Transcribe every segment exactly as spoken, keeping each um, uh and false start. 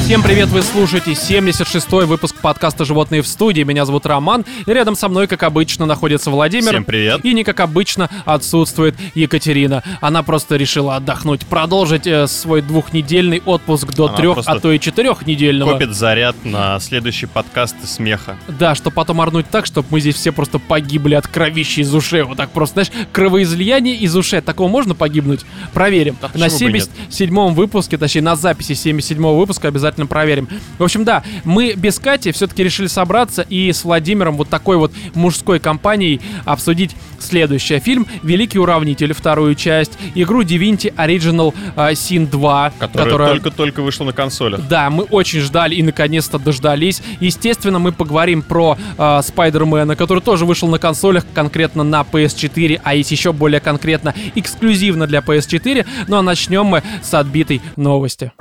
Всем привет, вы слушаете семьдесят шестой выпуск подкаста «Животные в студии». Меня зовут Роман, и рядом со мной, как обычно, находится Владимир. Всем привет. И не как обычно отсутствует Екатерина. Она просто решила отдохнуть, продолжить э, свой двухнедельный отпуск до Она трех, а то и четырехнедельного. Копит заряд на следующий подкаст и смеха. Да, чтобы потом орнуть так, чтобы мы здесь все просто погибли от кровищи из ушей. Вот так просто, знаешь, кровоизлияние из ушей. От такого можно погибнуть? Проверим. Да, на семьдесят седьмом выпуске, точнее, на записи семьдесят седьмого выпуска обязательно проверим. В общем, да, мы без Кати все-таки решили собраться и с Владимиром вот такой вот мужской компанией обсудить следующее. Фильм «Великий уравнитель», вторую часть, игру Divinity Original uh, Sin два, которая, которая только-только вышла на консолях. Да, мы очень ждали и наконец-то дождались. Естественно, мы поговорим про uh, Спайдермена, который тоже вышел на консолях, конкретно на пи эс четыре, а есть еще более конкретно эксклюзивно для пи эс четыре. Ну а начнем мы с отбитой новости.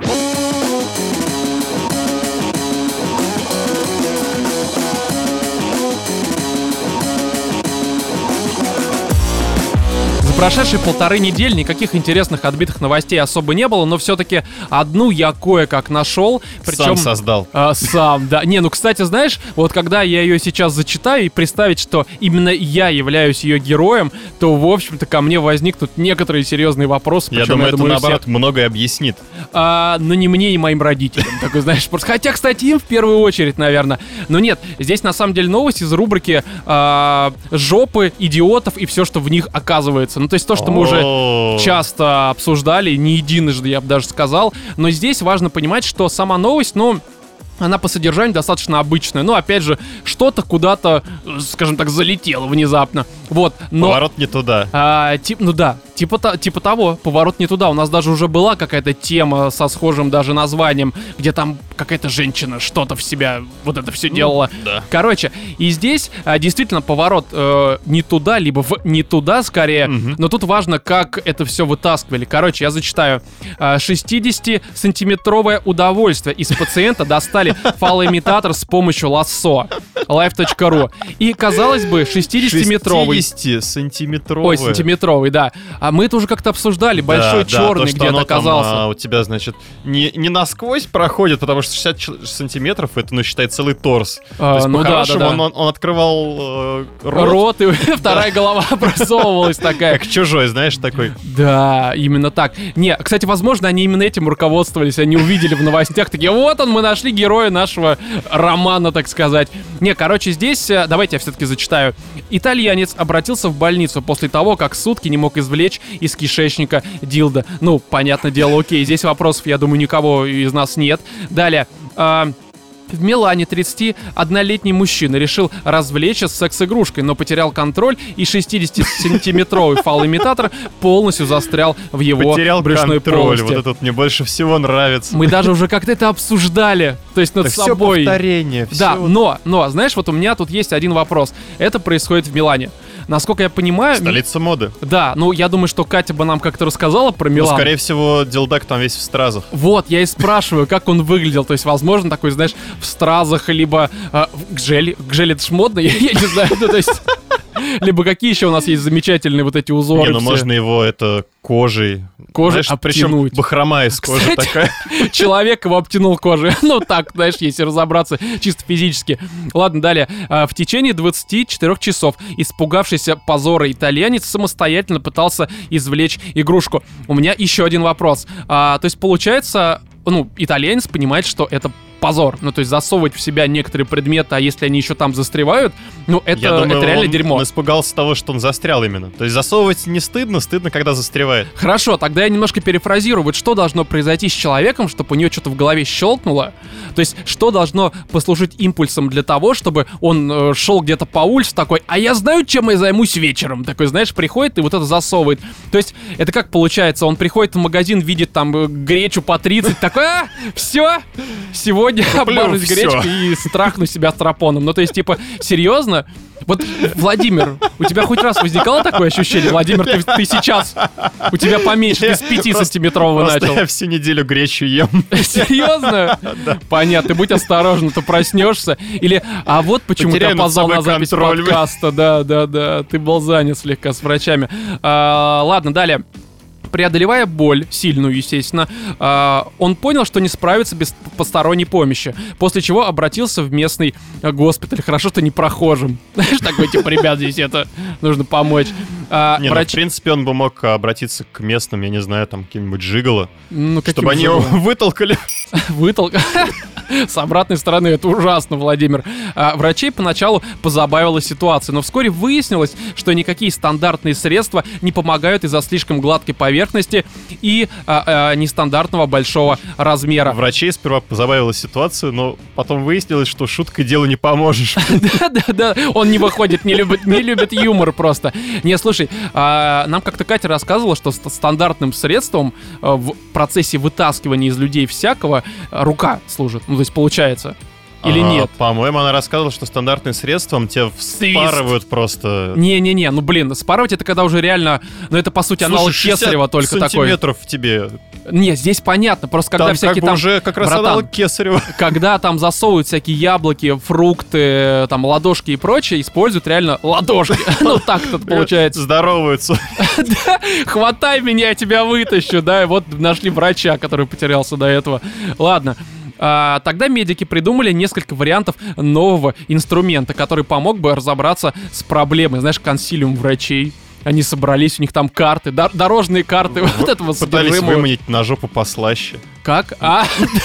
Прошедшие полторы недели никаких интересных отбитых новостей особо не было, но все-таки одну я кое-как нашел. Сам Причем, создал. А, сам, да. Не, ну, кстати, знаешь, вот когда я ее сейчас зачитаю и представить, что именно я являюсь ее героем, то, в общем-то, ко мне возникнут некоторые серьезные вопросы. Я причем, думаю, я это, думаю, наоборот, всех... многое объяснит. А, но не мне, не моим родителям. Такой, знаешь, просто... Хотя, кстати, им в первую очередь, наверное. Но нет, здесь на самом деле новость из рубрики а, «Жопы, идиотов и все, что в них оказывается». Ну, то есть то, что мы уже часто обсуждали, не единожды, я бы даже сказал. Но здесь важно понимать, что сама новость, ну... она по содержанию достаточно обычная. Но, опять же, что-то куда-то, скажем так, залетело внезапно. Вот, но... Поворот не туда. А, тип, ну да, типа, типа того, поворот не туда. У нас даже уже была какая-то тема со схожим даже названием, где там какая-то женщина что-то в себя вот это все делала. Ну, да. Короче, и здесь а, действительно поворот э, не туда, либо в не туда скорее. Угу. Но тут важно, как это все вытаскивали. Короче, я зачитаю. шестидесятисантиметровое удовольствие из пациента достали фалоимитатор с помощью лассо. лайф точка ру. И, казалось бы, шестидесятиметровый. шестидесятисантиметровый. Ой, сантиметровый, да. А мы это уже как-то обсуждали. Большой, да, черный, да, то, где-то оказался. Там, а, у тебя, значит, не, не насквозь проходит, потому что шестьдесят сантиметров, это, ну, считай, целый торс. А, то есть, ну по-хорошему, да, да, да. Он, он открывал э, рот. Рот, и вторая голова просовывалась такая. Как чужой, знаешь, такой. Да, именно так. Не, кстати, возможно, они именно этим руководствовались. Они увидели в новостях, такие, вот он, мы нашли героя нашего романа, так сказать. Не, короче, здесь, давайте я все-таки зачитаю. Итальянец обратился в больницу после того, как сутки не мог извлечь из кишечника дилдо. Ну, понятное дело, окей, здесь вопросов, я думаю, никого из нас нет. Далее. А... В Милане тридцатиоднолетний мужчина решил развлечься с секс-игрушкой, но потерял контроль, и шестидесятисантиметровый фалоимитатор полностью застрял в его потерял брюшной контроль, полости. Вот этот мне больше всего нравится. Мы даже уже как-то это обсуждали, то есть над да собой. Все повторение. Все да, вот... но, но, знаешь, вот у меня тут есть один вопрос. Это происходит в Милане. Насколько я понимаю... Столица моды. Да, ну я думаю, что Катя бы нам как-то рассказала про Милан. Ну, скорее всего, дилдак там весь в стразах. Вот, я и спрашиваю, как он выглядел. То есть, возможно, такой, знаешь, в стразах, либо э, в гжеле. Гжель — это ж модно, я, я не знаю, ну, то есть... Либо какие еще у нас есть замечательные вот эти узоры. Не, ну все. Можно его это кожей. Кожей знаешь, обтянуть. Причем бахрома из кожи. Кстати, такая. Человек его обтянул кожей. Ну так, знаешь, если разобраться чисто физически. Ладно, далее. В течение двадцати четырёх часов испугавшийся позора итальянец самостоятельно пытался извлечь игрушку. У меня еще один вопрос. А, то есть получается, ну, итальянец понимает, что это позор. Ну, то есть засовывать в себя некоторые предметы, а если они еще там застревают, ну, это, Я думаю, это реально он, дерьмо. Он испугался того, что он застрял именно. То есть засовывать не стыдно, стыдно, когда застревает. Хорошо, тогда я немножко перефразирую. Вот что должно произойти с человеком, чтобы у нее что-то в голове щелкнуло? То есть что должно послужить импульсом для того, чтобы он э, шел где-то по улице такой, а я знаю, чем я займусь вечером. Такой, знаешь, приходит и вот это засовывает. То есть это как получается? Он приходит в магазин, видит там э, гречу по тридцать, такой, а, все, сегодня обмажусь гречкой и страхну себя стропоном. Ну, то есть, типа, серьезно? Вот, Владимир, у тебя хоть раз возникало такое ощущение? Владимир, ты, ты сейчас, у тебя поменьше, ты с пятисантиметрового начал. Я всю неделю гречу ем. Серьезно? Да. Понятно, ты будь осторожен, ты проснешься. Или, а вот почему ты опоздал на запись подкаста. Да, да, да, ты был занят слегка с врачами. А, ладно, далее. Преодолевая боль, сильную, естественно, э, он понял, что не справится без посторонней помощи, после чего обратился в местный госпиталь. Хорошо, что не прохожим. Знаешь, такой, типа, ребят, здесь это нужно помочь. А, не, врач... ну, в принципе, он бы мог обратиться к местным, я не знаю, там, каким-нибудь жиголо, ну, чтобы они его вытолкали. Вытолкали. С обратной стороны, это ужасно, Владимир. А, врачей поначалу позабавила ситуация, но вскоре выяснилось, что никакие стандартные средства не помогают из-за слишком гладкой поверхности и а, а, нестандартного большого размера. Врачей сперва позабавила ситуация, но потом выяснилось, что шуткой делу не поможешь. Да-да-да, он не выходит, не любит, не любит юмор просто. Не, слушай, а, нам как-то Катя рассказывала, что стандартным средством а, в процессе вытаскивания из людей всякого рука служит. Ну, то есть получается. Или а, нет? По-моему, она рассказывала, что стандартным средством тебя вспарывают просто. Не-не-не, ну блин, спарывать это когда уже реально. Ну это по сути аналог Кесарева только такой. сантиметров в тебе. Не, здесь понятно, просто когда там всякие как бы там... уже как раз братан, аналог Кесарева. Когда там засовывают всякие яблоки, фрукты, там ладошки и прочее, используют реально ладошки. Ну так-то получается. Здороваются. Да, хватай меня, я тебя вытащу, да, и вот нашли врача, который потерялся до этого. Ладно. А, тогда медики придумали несколько вариантов нового инструмента, который помог бы разобраться с проблемой. Знаешь, консилиум врачей. Они собрались, у них там карты, дор- дорожные карты. В- вот этого Пытались содержимого. выманить на жопу послаще. Как? А,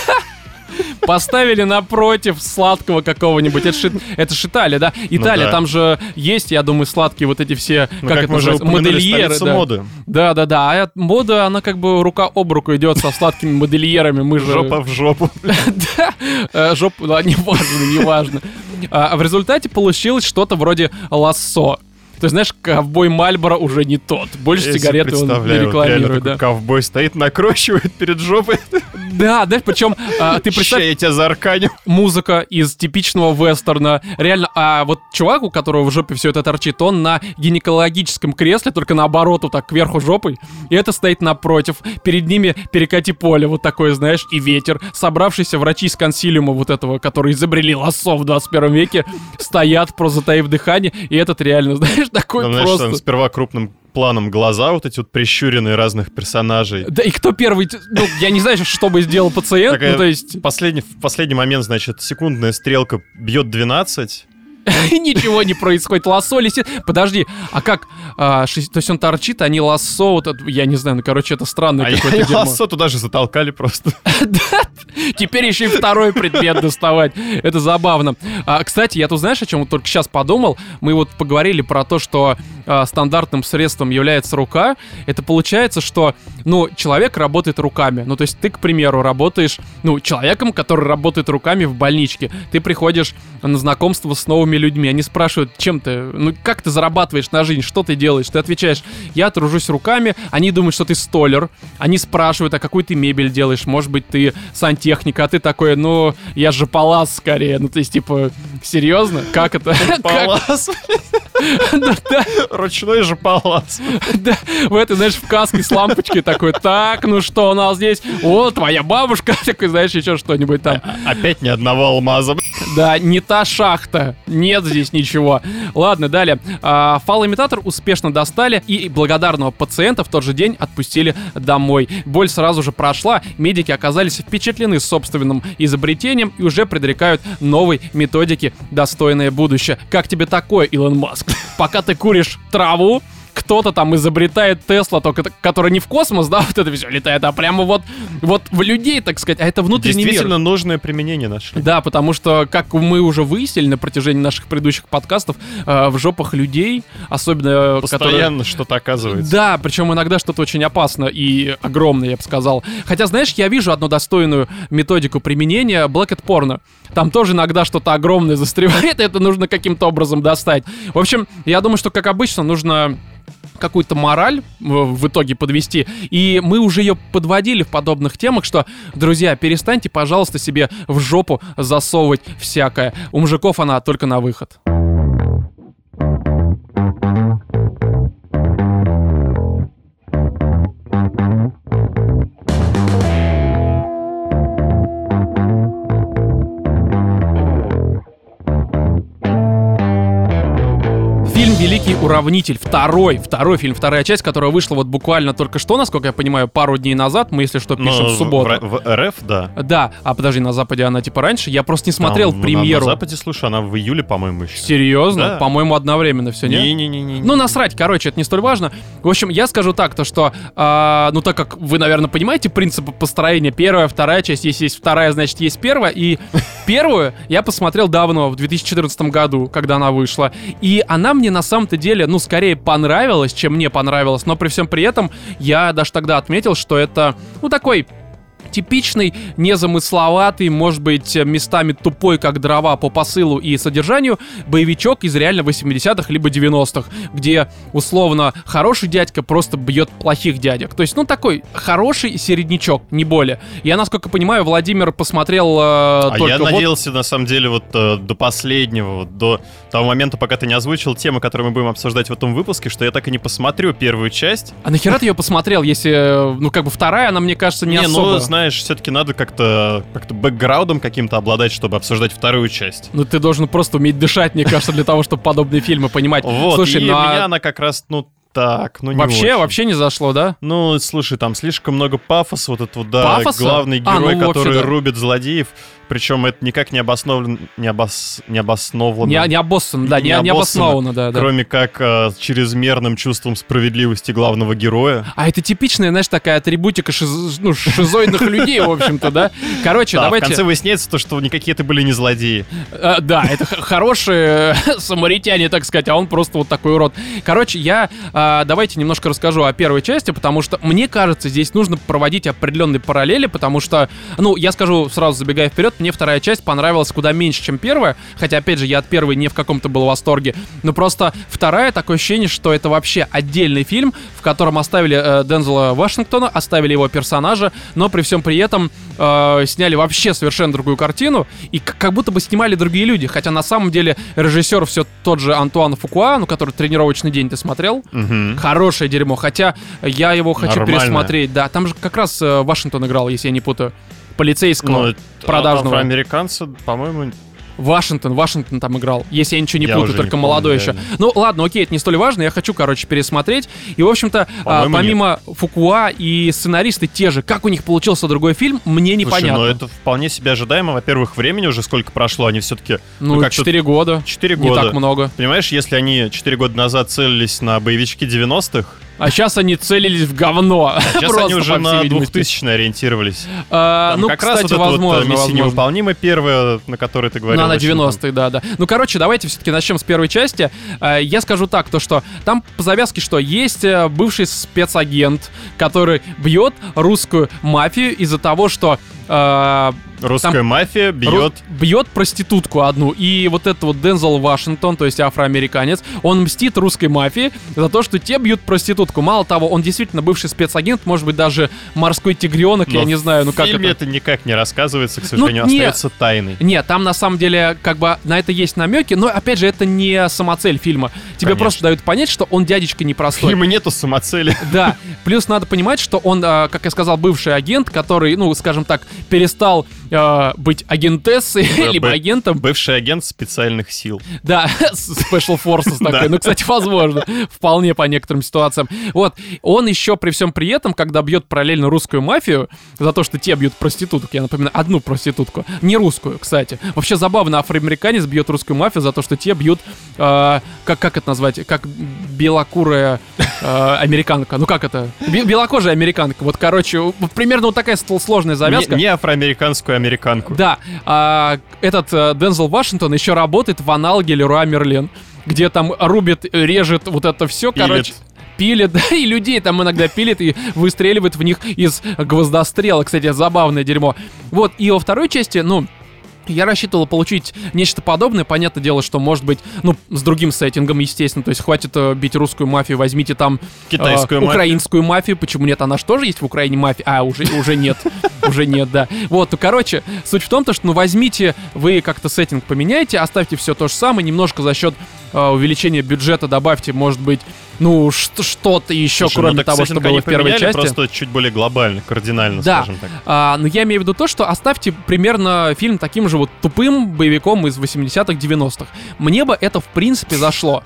поставили напротив сладкого какого-нибудь. Это, ши... это ж Италия, да? Италия, ну, да. Там же есть, я думаю, сладкие вот эти все, Ну, как, как это мы уже называется, упомянули, модельеры. столица Да. моды. Да-да-да, а мода, она как бы рука об руку идет со сладкими модельерами. Мы же... Жопа в жопу. Да, э, жопу, да, неважно, неважно. А в результате получилось что-то вроде лассо. То есть, знаешь, ковбой Мальборо уже не тот. Больше сигареты он не рекламирует, да. Ковбой стоит, накручивает перед жопой. Да, да, причем а, ты представь... Ща я тебя заарканю. Музыка из типичного вестерна. Реально, а вот чувак, у которого в жопе все это торчит, он на гинекологическом кресле, только наоборот, вот так кверху жопой, и это стоит напротив. Перед ними перекати поле, вот такое, знаешь, и ветер. Собравшиеся врачи из консилиума вот этого, которые изобрели лассо в двадцать первом веке, стоят, просто затаив дыхание, и этот реально, знаешь, такой Там, знаешь, просто... там сперва крупным планом глаза вот эти вот прищуренные разных персонажей. Да и кто первый, ну, я не знаю, что бы сделал пациент, Такая ну, то есть... Последний, в последний момент, значит, секундная стрелка бьет двенадцать. Ничего не происходит. Лассо летит. Подожди, а как? А, шесть... То есть он торчит, а не лассо. Вот это, я не знаю, ну, короче, это странное А какое-то я дерьмо. лассо туда же затолкали просто. Да, теперь еще и второй предмет доставать. Это забавно. А, кстати, я тут знаешь, о чем вот только сейчас подумал? Мы вот поговорили про то, что а, стандартным средством является рука. Это получается, что, ну, человек работает руками. Ну, то есть ты, к примеру, работаешь, ну, человеком, который работает руками в больничке. Ты приходишь на знакомство с новыми людьми. Они спрашивают, чем ты, ну, как ты зарабатываешь на жизнь, что ты делаешь? Ты отвечаешь, я тружусь руками. Они думают, что ты столер. Они спрашивают, а какую ты мебель делаешь? Может быть, ты сантехник, а ты такой, ну, я же палас скорее. Ну, то есть, типа, серьезно? Как это? Палас. Ручной же палас. Да, в этой, знаешь, в каске с лампочкой такой, так, ну что у нас здесь? О, твоя бабушка, такой, знаешь, еще что-нибудь там. Опять ни одного алмаза. Да, не та шахта. Нет здесь ничего. Ладно, далее. А, фалоимитатор успешно достали, и благодарного пациента в тот же день отпустили домой. Боль сразу же прошла, медики оказались впечатлены собственным изобретением и уже предрекают новой методики достойное будущее. Как тебе такое, Илон Маск? Пока ты куришь траву, кто-то там изобретает Тесла, только который не в космос, да, вот это все летает, а прямо вот, вот в людей, так сказать, а это внутренний мир. Действительно нужное применение нашли. Да, потому что, как мы уже выяснили на протяжении наших предыдущих подкастов, э, в жопах людей, особенно... Постоянно которые... что-то оказывается. Да, причем иногда что-то очень опасно и огромное, я бы сказал. Хотя, знаешь, я вижу одну достойную методику применения — Blacked Porno. Там тоже иногда что-то огромное застревает, и это нужно каким-то образом достать. В общем, я думаю, что, как обычно, нужно какую-то мораль в, в итоге подвести. И мы уже ее подводили в подобных темах, что, друзья, перестаньте, пожалуйста, себе в жопу засовывать всякое. У мужиков она только на выход. Фильм «Великий уравнитель», второй, второй фильм, вторая часть, которая вышла вот буквально только что, насколько я понимаю, пару дней назад. Мы, если что, пишем Но в субботу. В, в РФ, да. Да, а подожди, на Западе она типа раньше. Я просто не смотрел Там, премьеру. На, на Западе, слушай, она в июле, по-моему, еще. Серьезно? Да. По-моему, одновременно все, не? Не-не-не. Ну, насрать, короче, это не столь важно. В общем, я скажу так, то что, а, ну, так как вы, наверное, понимаете принципы построения, первая, вторая часть, если есть вторая, значит, есть первая, и первую я посмотрел давно, в две тысячи четырнадцатом году, когда она вышла, и она мне на самом-то деле, ну, скорее понравилась, чем мне понравилась, но при всем при этом я даже тогда отметил, что это, ну, такой... типичный, незамысловатый, может быть, местами тупой, как дрова по посылу и содержанию, боевичок из реально восьмидесятых либо девяностых, где, условно, хороший дядька просто бьет плохих дядек. То есть, ну, такой хороший середнячок, не более. Я, насколько понимаю, Владимир посмотрел э, а только я вот... надеялся, на самом деле, вот э, до последнего, вот, до того момента, пока ты не озвучил тему, которую мы будем обсуждать в этом выпуске, что я так и не посмотрю первую часть. А нахера ты ее посмотрел, если, ну, как бы вторая, она, мне кажется, не, не особо... ну, знаешь, все-таки надо как-то как-то бэкграундом каким-то обладать, чтобы обсуждать вторую часть. Ну, ты должен просто уметь дышать, мне кажется, для того, чтобы подобные фильмы понимать. Вот, Слушай, и ну, а меня она как раз, ну, так, ну, не вообще, очень. вообще не зашло, да? Ну, слушай, там слишком много пафоса, вот этот вот, да, Пафоса? главный А, герой, ну, который вообще, да. рубит злодеев, причем это никак не обосновано, не, обос... не обосновано. Не, не обоссано, да, не, не обосновано, да, да. Кроме как э, чрезмерным чувством справедливости главного героя. А это типичная, знаешь, такая атрибутика шиз... ну, шизоидных людей, в общем-то, да? Короче, Да, давайте... в конце выясняется то, что никакие это были не злодеи. А, да, это х- хорошие самаритяне, так сказать, а он просто вот такой урод. Короче, я а, давайте немножко расскажу о первой части, потому что, мне кажется, здесь нужно проводить определенные параллели, потому что, ну, я скажу сразу, забегая вперед, мне вторая часть понравилась куда меньше, чем первая, хотя, опять же, я от первой не в каком-то был восторге, но просто вторая, такое ощущение, что это вообще отдельный фильм, в котором оставили э, Дензела Вашингтона, оставили его персонажа, но при всем при этом э, сняли вообще совершенно другую картину, и к- как будто бы снимали другие люди, хотя на самом деле режиссер все тот же Антуан Фукуа, ну, который «Тренировочный день» ты смотрел? Мгм. Хорошее дерьмо, хотя я его хочу Нормальное. пересмотреть, да, там же как раз э, Вашингтон играл, если я не путаю, полицейского. Ну, продажного. Афроамериканцы, по-моему, Вашингтон, Вашингтон там играл, если я ничего не Я путаю, уже только не молодой помню, еще. реально. Ну ладно, окей, это не столь важно, я хочу, короче, пересмотреть. И, в общем-то, а, По-моему, помимо Фукуа и сценаристы те же, как у них получился другой фильм, мне непонятно. Слушай, ну это вполне себе ожидаемо. Во-первых, времени уже сколько прошло, они все-таки... Ну, как четыре года. четыре Не года. так много. Понимаешь, если они четыре года назад целились на боевички девяностых, А сейчас они целились в говно. сейчас Просто, они уже по всей на видимости. двухтысячные ориентировались. А, Там ну, как кстати, раз вот эта возможно, вот э, «Миссия возможно. невыполнимая» первая, на которой ты говорил. Ну, она очень девяностые, да, да. Ну, короче, давайте все-таки начнем с первой части. Э, Я скажу так, то что там по завязке что? Есть э, бывший спецагент, который бьет русскую мафию из-за того, что... э, Русская там мафия бьет... ру- бьет проститутку одну. И вот это вот Дензел Вашингтон, то есть афроамериканец, он мстит русской мафии за то, что те бьют проститутку. Мало того, он действительно бывший спецагент, может быть, даже морской тигренок, я Но не знаю, ну в как фильме это... это никак не рассказывается, к сожалению, нет. остается тайной. Нет, там на самом деле как бы на это есть намеки, но опять же это не самоцель фильма. Тебе Конечно. просто дают понять, что он дядечка В непростой. фильме нету самоцели. Да, плюс надо понимать, что он, а, как я сказал, бывший агент, который, ну, скажем так, перестал а, быть агентессой, Да, либо бы- агентом. Бывший агент специальных сил. Да, Special Forces такой. Да. Ну, кстати, возможно. Вполне по некоторым ситуациям. Вот. Он еще при всем при этом, когда бьет параллельно русскую мафию, за то, что те бьют проституток, я напоминаю, одну проститутку. Не русскую, кстати. Вообще забавно, афроамериканец бьет русскую мафию за то, что те бьют, э, как, как это назвать, как белокурая э, американка. Ну, как это? Бе- белокожая американка. Вот, короче, вот примерно вот такая стол- сложная завязка. Не, не афроамериканскую американку. Да, а, этот э, Дензел Вашингтон еще работает в аналоге Леруа Мерлен, где там рубит, режет вот это все, Пилит. короче. Пилит, да, и людей там иногда пилит и выстреливает в них из гвоздострела. Кстати, забавное дерьмо. Вот, и во второй части, ну... Я рассчитывал получить нечто подобное. Понятное дело, что может быть, ну, с другим сеттингом, естественно. То есть хватит э, бить русскую мафию, возьмите там Китайскую э, мафию. украинскую мафию. Почему нет? Она же тоже есть в Украине мафия. А, уже, уже нет. Уже нет, да. Вот, ну, короче, суть в том, то, что, ну, возьмите, вы как-то сеттинг поменяйте, оставьте все то же самое, немножко за счет э, увеличения бюджета добавьте, может быть, ну, ш- что-то еще, Слушай, ну кроме так того, что сеттинг было они в первой поменяли, части. просто чуть более глобально, кардинально, Да, скажем так. а, но я имею в виду то, что оставьте примерно фильм таким же вот тупым боевиком из восьмидесятых, девяностых. Мне бы это в принципе зашло.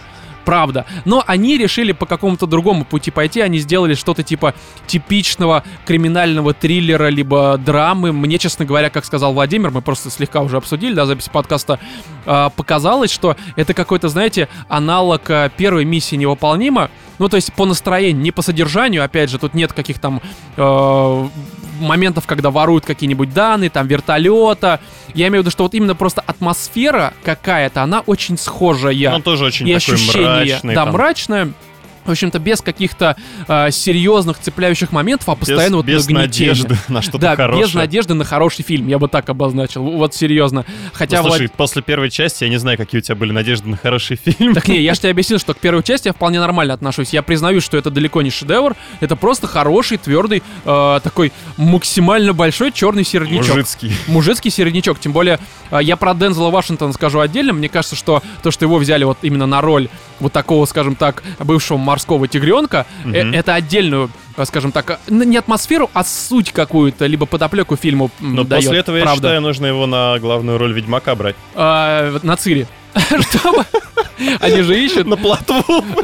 правда. Но они решили по какому-то другому пути пойти, они сделали что-то типа типичного криминального триллера, либо драмы. Мне, честно говоря, как сказал Владимир, мы просто слегка уже обсудили, да, запись подкаста, э, показалось, что это какой-то, знаете, аналог э, первой миссии невыполнима. Ну, то есть по настроению, не по содержанию, опять же, тут нет каких там э, моментов, когда воруют какие-нибудь данные, там, вертолета. Я имею в виду, что вот именно просто атмосфера какая-то, она очень схожая. Он тоже очень и такой ощущение, мрачный. да, там. мрачное. В общем-то, без каких-то э, серьезных цепляющих моментов, а постоянно вот без нагнетение. надежды на что-то да, хорошее. без надежды на хороший фильм, я бы так обозначил. Вот серьезно. Хотя ну, слушай, Влад... после первой части я не знаю, какие у тебя были надежды на хороший фильм. Так не, я же тебе объяснил, что к первой части я вполне нормально отношусь. Я признаю, что это далеко не шедевр. Это просто хороший, твердый, э, такой максимально большой черный середнячок. Мужицкий. Мужицкий середнячок. Тем более, э, я про Дензела Вашингтона скажу отдельно. Мне кажется, что то, что его взяли вот именно на роль вот такого, скажем так, бывшего морского тигренка, Мгм. э, это отдельную, э, скажем так, не атмосферу, а суть какую-то, либо подоплеку фильму м, Но дает. после этого, я правда. считаю, нужно его на главную роль Ведьмака брать. А, вот на Цири. Чтобы... Они же ищут. На плотву.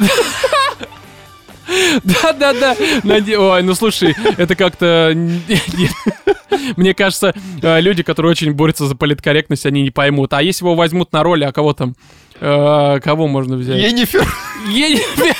Да-да-да. Наде- Ой, ну слушай, это как-то... Нет. Мне кажется, э, люди, которые очень борются за политкорректность, они не поймут. А если его возьмут на роли, а кого там? Э, Кого можно взять? Енифер. Енифер.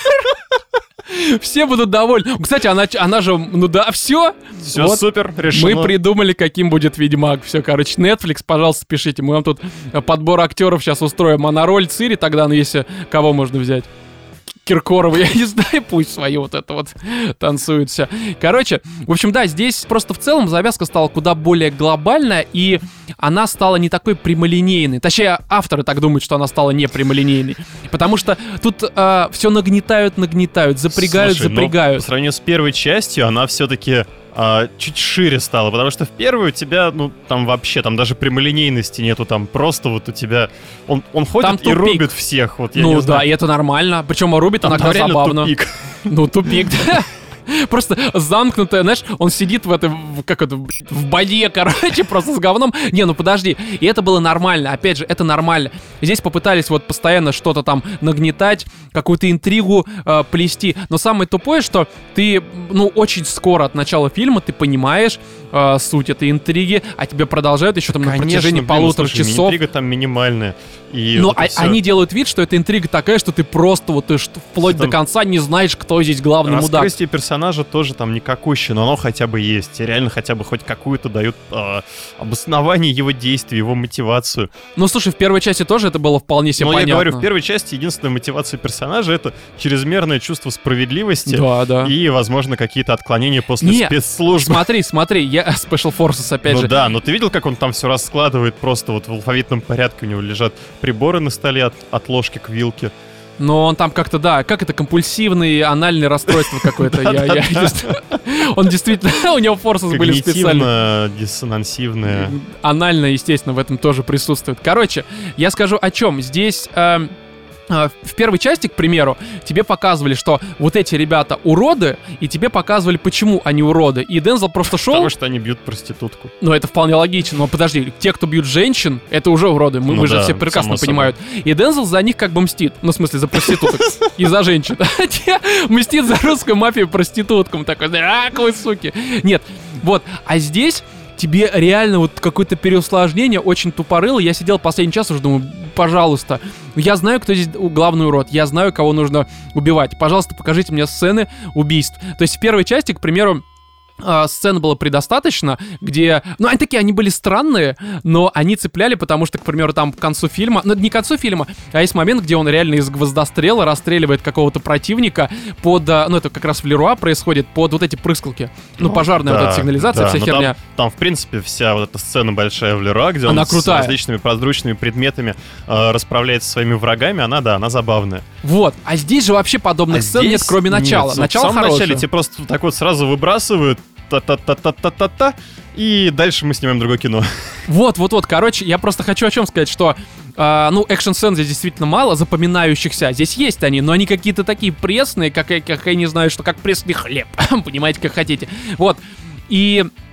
Все будут довольны. Кстати, она, она же, ну да, все. Все супер, решено. Мы придумали, каким будет Ведьмак. Все, короче, Netflix, пожалуйста, пишите. Мы вам тут подбор актеров сейчас устроим. А на роль Цири тогда, ну если кого можно взять? Киркорова, я не знаю, пусть свою вот это вот танцует все. Короче, в общем, да, здесь просто в целом завязка стала куда более глобальная, и она стала не такой прямолинейной. Точнее, авторы так думают, что она стала не прямолинейной. Потому что тут э, все нагнетают, нагнетают, запрягают, Слушай, ну, запрягают. по сравнению с первой частью, она все-таки а, чуть шире стала, потому что в первой у тебя, ну, там вообще, там даже прямолинейности нету, там просто вот у тебя... Он, он ходит Там и тупик. рубит всех, вот я Ну не да, знаю. и это нормально. Причем рубит Там иногда реально забавно. тупик. Ну, тупик, да. Просто замкнутая, знаешь, он сидит в этой, в- как это, в боде, короче, просто с говном. Не, ну подожди, и это было нормально, опять же, это нормально. Здесь попытались вот постоянно что-то там нагнетать, какую-то интригу э, плести, но самое тупое, что ты, ну, очень скоро от начала фильма ты понимаешь э, суть этой интриги, а тебе продолжают еще там на Конечно, протяжении блин, полутора слушай, часов. интрига там минимальная. И Но вот это а- всё. они делают вид, что эта интрига такая, что ты просто вот ты ж вплоть Там до конца не знаешь, кто здесь главный мудак. Раскрытие персонажа тоже там никакущее, но оно хотя бы есть. И реально хотя бы хоть какую-то дают э, обоснование его действий, его мотивацию. Ну, слушай, в первой части тоже это было вполне себе Но понятно. я говорю, в первой части единственная мотивация персонажа — это чрезмерное чувство справедливости Да, да. и, возможно, какие-то отклонения после Не, спецслужб. Смотри, смотри, я Special Forces, опять Ну же. да, но ты видел, как он там все раскладывает просто вот в алфавитном порядке? У него лежат приборы на столе от, от ложки к вилке. Но он там как-то, да, как это, компульсивный анальное расстройство какое-то. Я, я не знаю. Он действительно, у него Forces были специально. Когнитивно-диссонансивное. Анально, естественно, в этом тоже присутствует. Короче, я скажу о чем. Здесь... эм, э, В первой части, к примеру, тебе показывали, что вот эти ребята уроды, и тебе показывали, почему они уроды. И Дензел просто шел. Потому что они бьют проститутку. Ну, это вполне логично. Но подожди, те, кто бьют женщин, это уже уроды. Мы, Ну мы же да, все прекрасно само понимают. И Дензел за них как бы мстит. Ну, в смысле, за проституток. И за женщин. А те мстит за русскую мафию проституткам. Такой, ах вы суки. Нет, вот. А здесь... Тебе реально вот какое-то переусложнение очень тупорыло. Я сидел последний час уже думаю, пожалуйста, я знаю, кто здесь главный урод, я знаю, кого нужно убивать. Пожалуйста, покажите мне сцены убийств. То есть в первой части, к примеру, Uh, сцен было предостаточно, где... Ну, они такие, они были странные, но они цепляли, потому что, к примеру, там к концу фильма... Ну, не к концу фильма, а есть момент, где он реально из гвоздострела расстреливает какого-то противника под... Ну, это как раз в Леруа происходит, под вот эти прыскалки. Ну, пожарная Да, вот эта сигнализация, да, вся но херня. Там, там, в принципе, вся вот эта сцена большая в Леруа, где Она он крутая. с различными подручными предметами э, расправляется со своими врагами, она, да, она забавная. Вот. А здесь же вообще подобных А сцен здесь нет, кроме начала. нет. Начало в самом хорошее. начале тебе просто так вот сразу выбрасывают та-та-та-та-та-та-та, и дальше мы снимаем другое кино. Вот, вот, вот, короче, я просто хочу о чем сказать, что, э, ну, экшн-сцен здесь действительно мало, запоминающихся. Здесь есть они, но они какие-то такие пресные, как, я- как я не знаю, что как пресный хлеб. Понимаете, как хотите. Вот. И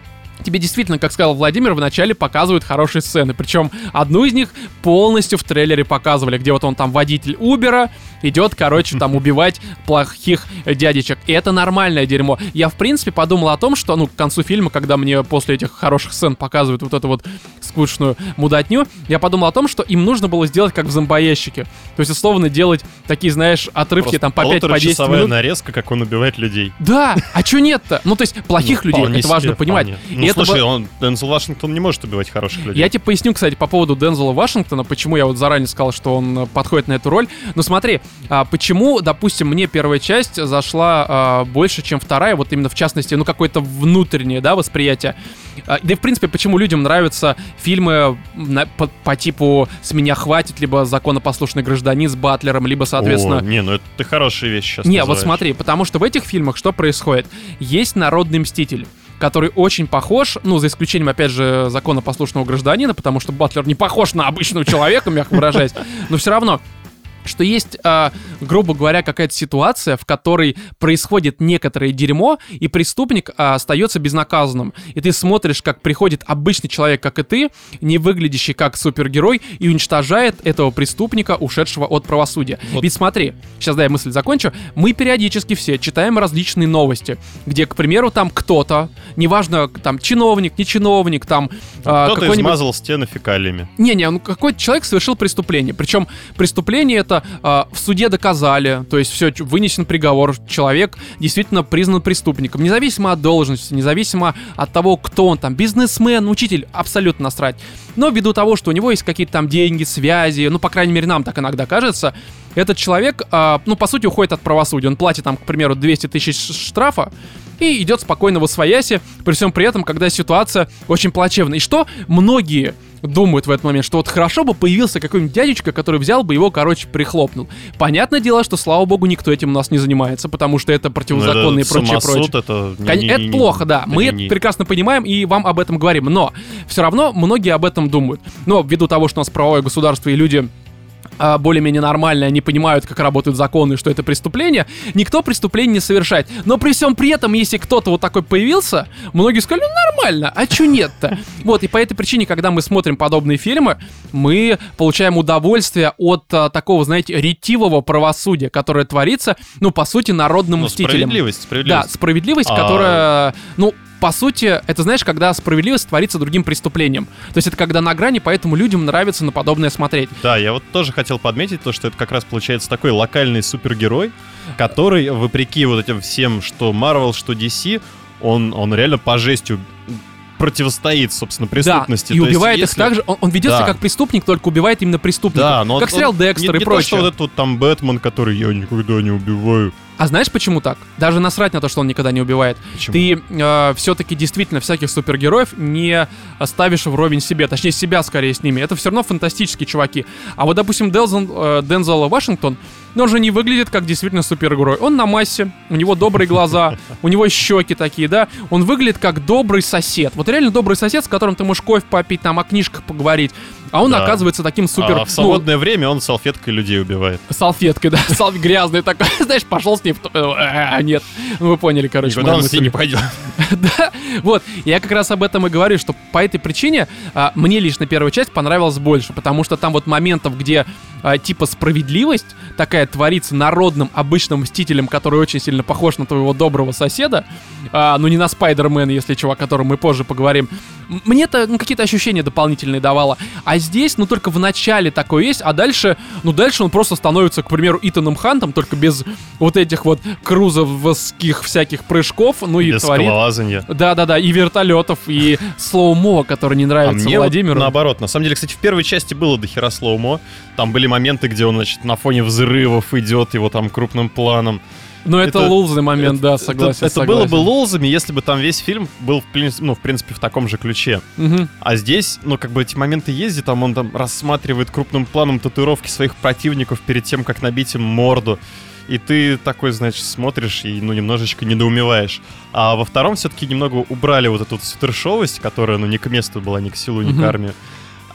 тебе действительно, как сказал Владимир, вначале показывают хорошие сцены. Причем одну из них полностью в трейлере показывали, где вот он там водитель Убера идет, короче, там убивать плохих дядечек. И это нормальное дерьмо. Я, в принципе, подумал о том, что, ну, к концу фильма, когда мне после этих хороших сцен показывают вот эту вот скучную мудатню, я подумал о том, что им нужно было сделать как в зомбоящике. То есть, условно, делать такие, знаешь, отрывки Просто там по пять-десять по минут. нарезка, как он убивает людей. Да, а чё нет-то? Ну, то есть, плохих Ну, людей, вполне это важно себе, понимать. вполне. И Ну, это слушай, бы- он, Дензел Вашингтон не может убивать хороших людей. Я тебе поясню, кстати, по поводу Дензела Вашингтона, почему я вот заранее сказал, что он э, подходит на эту роль. Но смотри, а, почему, допустим, мне первая часть зашла а, больше, чем вторая, вот именно в частности, ну, какое-то внутреннее, да, восприятие. А, да и, в принципе, почему людям нравятся фильмы на- по, по типу «С меня хватит», либо «Законопослушный гражданин» с Батлером, либо, соответственно... О, не, ну это ты хорошие вещи сейчас Не, называешь. вот смотри, потому что в этих фильмах что происходит? Есть народный мститель, который очень похож, ну, за исключением, опять же, законопослушного гражданина, потому что Батлер не похож на обычного человека, мягко выражаясь, но все равно, что есть, э, грубо говоря, какая-то ситуация, в которой происходит некоторое дерьмо, и преступник э, остается безнаказанным. И ты смотришь, как приходит обычный человек, как и ты, не выглядящий как супергерой, и уничтожает этого преступника, ушедшего от правосудия. Вот. Ведь смотри, сейчас дай я мысль закончу, мы периодически все читаем различные новости, где, к примеру, там кто-то, неважно, там, чиновник, не чиновник, там... э, Кто-то какой-нибудь... измазал стены фекалиями. Не-не, ну какой-то человек совершил преступление. Причем преступление это э, в суде доказали. То есть все, вынесен приговор. Человек действительно признан преступником. Независимо от должности, независимо от того, кто он там. Бизнесмен, учитель, абсолютно насрать. Но ввиду того, что у него есть какие-то там деньги, связи, ну, по крайней мере, нам так иногда кажется, этот человек, э, ну, по сути, уходит от правосудия. Он платит там, к примеру, двести тысяч штрафа и идет спокойно во свояси, при всем при этом, когда ситуация очень плачевная. И что многие думают в этот момент, что вот хорошо бы появился какой-нибудь дядечка, который взял бы его, короче, прихлопнул. Понятное дело, что, слава богу, никто этим у нас не занимается, потому что это противозаконно и прочее, прочее. Это, не, Кон- не, это не, плохо, да. Мы не, это не. прекрасно понимаем и вам об этом говорим. Но все равно многие об этом думают. Но ввиду того, что у нас правовое государство и люди а, более-менее нормальные, они понимают, как работают законы, что это преступление, никто преступление не совершает. Но при всем при этом, если кто-то вот такой появился, многие сказали, ну нормально, а чё нет-то? Вот, и по этой причине, когда мы смотрим подобные фильмы, мы получаем удовольствие от а, такого, знаете, ретивого правосудия, которое творится, ну, по сути, народным Ну, мстителем. справедливость, справедливость. Да, справедливость, А- которая, ну, по сути, это, знаешь, когда справедливость творится другим преступлением. То есть это когда на грани, поэтому людям нравится на подобное смотреть. Да, я вот тоже хотел подметить то, что это как раз получается такой локальный супергерой, который, вопреки вот этим всем, что Marvel, что ди си, он, он реально по жестью противостоит, собственно, преступности. Да, и То есть убивает их если- так же. Он, он ведется Да. как преступник, только убивает именно преступников. Да, но как он- сериал он- Декстер не, и не прочее. то, что вот этот вот там Бэтмен, который я никогда не убиваю. А знаешь, почему так? Даже насрать на то, что он никогда не убивает. Почему? Ты э, все-таки действительно всяких супергероев не ставишь вровень себе, точнее себя скорее с ними. Это все равно фантастические чуваки. А вот, допустим, Дензел, э, Дензел Вашингтон, ну, он же не выглядит как действительно супергерой. Он на массе, у него добрые глаза, у него щеки такие, да. Он выглядит как добрый сосед. Вот реально добрый сосед, с которым ты можешь кофе попить, там о книжках поговорить. А он Да. оказывается таким супер... А в свободное время он салфеткой людей убивает. Салфеткой, да, салф грязный такой, знаешь, пошел с ней в... ту- А, нет, ну вы поняли, короче. Никуда мою он с мысль. ней не пойдет. Да, вот, я как раз об этом и говорю, что по этой причине а, мне лично первая часть понравилась больше, потому что там вот моментов, где а, типа справедливость такая творится народным обычным мстителем, который очень сильно похож на твоего доброго соседа, а, ну не на Спайдермена, если чего, о котором мы позже поговорим, м- мне это ну, какие-то ощущения дополнительные давало, а здесь, ну только в начале такое есть, а дальше, ну дальше он просто становится, к примеру, Итаном Хантом, только без вот этих вот крузовских всяких прыжков, ну и Без творит... скалолазанья. Да-да-да, и вертолетов, и слоумо, который не А нравится мне вот Владимиру. наоборот. На самом деле, кстати, в первой части было дохера слоумо. Там были моменты, где он, значит, на фоне взрывов идет, его там крупным планом. Но это, это- лузный момент, Это- да, это- согласен. Это, было бы лолзами, если бы там весь фильм был, в, плин- ну, в принципе, в таком же ключе. Мгм. А здесь, ну, как бы эти моменты ездит, там он там рассматривает крупным планом татуировки своих противников перед тем, как набить им морду. И ты такой, значит, смотришь и, ну, немножечко недоумеваешь. А во втором все-таки немного убрали вот эту вот сютершовость, которая, ну, не к месту была, ни к силу, ни Мгм. к армии.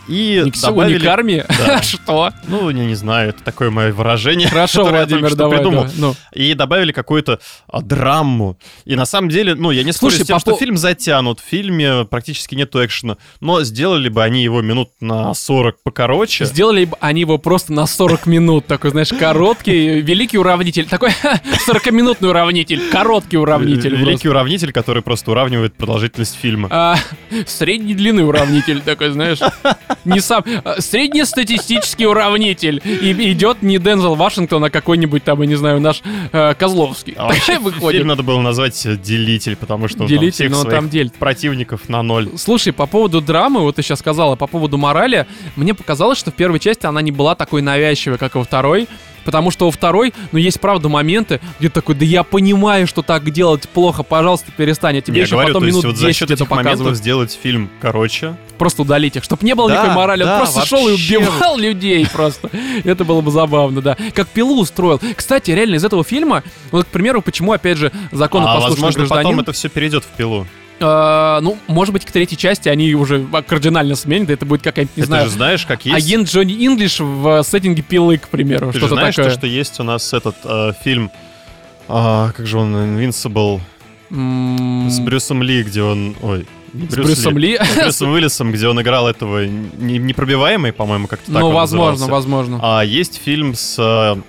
И Никсу, добавили... уникарми? Да. Что? Ну, я не знаю, это такое мое выражение. Хорошо, которое я только Владимир, что давай, придумал. давай. Ну. И добавили какую-то а, драму. И на самом деле, ну, я не спорю Слушай, с тем, по что по- фильм затянут. В фильме практически нету экшена. Но сделали бы они его минут на сорок покороче. Сделали бы они его просто на сорок минут. Такой, знаешь, короткий, великий уравнитель. Такой сорокаминутный уравнитель. Короткий уравнитель. Великий просто. уравнитель, который просто уравнивает продолжительность фильма. А, средней длины уравнитель такой, знаешь. Не сам... а, Среднестатистический уравнитель. И идет не Дензел Вашингтон, а какой-нибудь там, я не знаю, наш э, Козловский. А вообще Выходит. фильм надо было назвать э, «Делитель», потому что он Делитель, там всех но он своих там делит. противников на ноль. Слушай, по поводу драмы, вот ты сейчас сказала, по поводу морали, мне показалось, что в первой части она не была такой навязчивой, как и во второй. Потому что во второй, ну, есть, правда, моменты, где ты такой, да я понимаю, что так делать плохо, пожалуйста, перестань. Я тебе Я еще говорю, потом то есть минут вот за десять счет это этих моментов показывают. сделать фильм короче. Просто удалить их, чтобы не было Да, никакой морали. Он да, просто шел и вообще. убивал людей просто. Это было бы забавно, да. Как пилу устроил. Кстати, реально, из этого фильма, вот, к примеру, почему, опять же, А законопослушный возможно, гражданин... потом это все перейдет в «Пилу». э, ну, может быть, к третьей части они уже кардинально сменят, и это будет какая-нибудь, не Ты знаю... же знаешь, как есть... Агент Джонни Инглиш в сеттинге пилы, к примеру. Ты же Что-то знаешь, такое. то, что есть у нас этот э, фильм... а, как же он? «Invincible» М, с Брюсом Ли, где он... Ой, не С Брюсом Ли? С Брюсом Уиллисом, где он играл этого не- непробиваемый, по-моему, как-то так Ну, он возможно, назывался. возможно. А есть фильм с... э,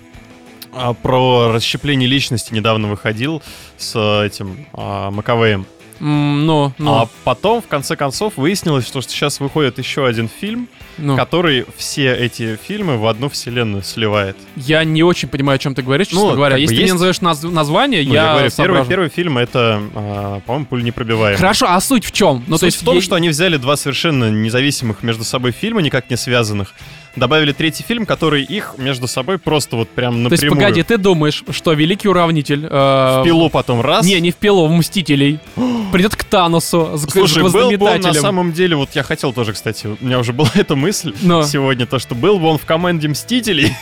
а, про расщепление личности недавно выходил с э, этим а, Маковеем. М, Ну, ну, А потом, в конце концов, выяснилось, что сейчас выходит еще один фильм, ну. который все эти фильмы в одну вселенную сливает. Я не очень понимаю, о чем ты говоришь, честно Ну, говоря. как бы Если ты есть- мне назовешь наз- название, Ну, я, говорю, первый, соображу. первый фильм это, а, по-моему, «Пуленепробиваемый». Хорошо, а суть в чем? Ну, Суть то есть в том, е- что они взяли два совершенно независимых между собой фильма, никак не связанных, добавили третий фильм, который их между собой просто вот прям То есть, напрямую... погоди, ты думаешь, что Великий Уравнитель... э, В «Пилу» потом раз. Не, не в Пилу, в Мстителей. Придет к Таносу с, Слушай, с был бы он на гвоздометателем. самом деле, вот я хотел тоже, кстати, у меня уже была эта мысль Но. сегодня, то, что был бы он в команде «Мстителей»,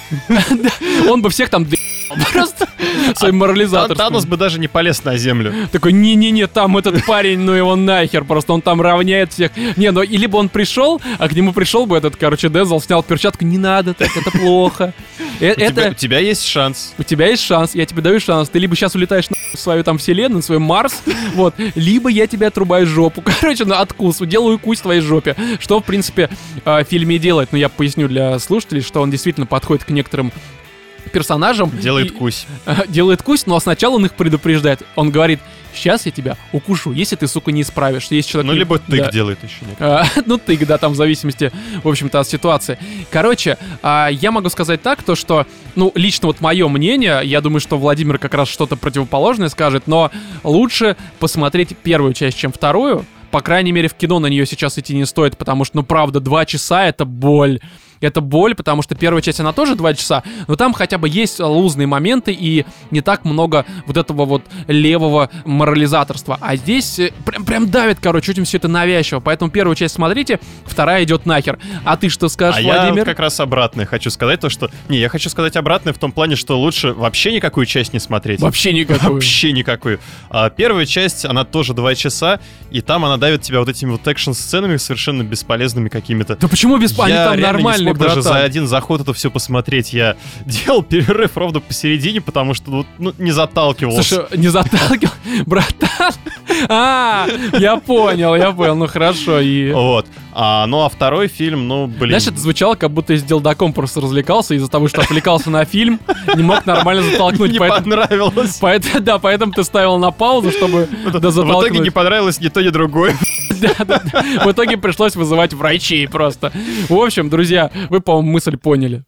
Он бы всех там д***л просто своим Тан- морализаторством. Танос бы даже не полез на землю. Такой, не-не-не, там этот парень, ну его нахер, просто он там равняет всех. Не, ну и либо он пришел, а к нему пришел бы этот, короче, Дензел, снял перчатку, не надо так, это плохо. Э, У тебя, Это... у тебя есть шанс. У тебя есть шанс, я тебе даю шанс. Ты либо сейчас улетаешь на в свою там вселенную, в свой Марс, вот, либо я тебе отрубаю жопу. Короче, на откус, делаю кусь в твоей жопе. Что, в принципе, э, в фильме и делает. Но я поясню для слушателей, что он действительно подходит к некоторым персонажам. Делает и- кусь. э, делает кусь, но сначала он их предупреждает. Он говорит, сейчас я тебя укушу, если ты, сука, не исправишь. Есть человек... Ну, либо тык Да. делает еще. Нет. А, ну, тык, да, там в зависимости, в общем-то, от ситуации. Короче, а, я могу сказать так, то что, ну, лично вот мое мнение, я думаю, что Владимир как раз что-то противоположное скажет, но лучше посмотреть первую часть, чем вторую. По крайней мере, в кино на нее сейчас идти не стоит, потому что, ну, правда, два часа — это боль. Это боль, потому что первая часть, она тоже два часа, но там хотя бы есть лузные моменты и не так много вот этого вот левого морализаторства. А здесь э, прям, прям давит, короче, очень все это навязчиво. Поэтому первую часть смотрите, вторая идет нахер. А ты что скажешь, А я Владимир? вот как раз обратное хочу сказать, то что... Не, я хочу сказать обратное в том плане, что лучше вообще никакую часть не смотреть. Вообще никакую. Вообще никакую. А первая часть, она тоже два часа, и там она давит тебя вот этими вот экшн-сценами совершенно бесполезными какими-то. Да почему без Они Я там реально не нормальные, смог даже братан. за один заход это все посмотреть. Я делал перерыв ровно посередине, потому что ну, ну, не заталкивался. Слушай, не заталкивал, братан. А, я понял, я понял, ну хорошо. И... Вот. А, ну а второй фильм, ну, блин. Знаешь, это звучало, как будто я с делдаком просто развлекался из-за того, что отвлекался на фильм, не мог нормально затолкнуть. не поэтому... понравилось. Поэтому, да, поэтому ты ставил на паузу, чтобы да, В итоге затолкнуть. не понравилось ни то, ни другое. Да, да, да. В итоге пришлось вызывать врачей просто. В общем, друзья, вы, по-моему, мысль поняли.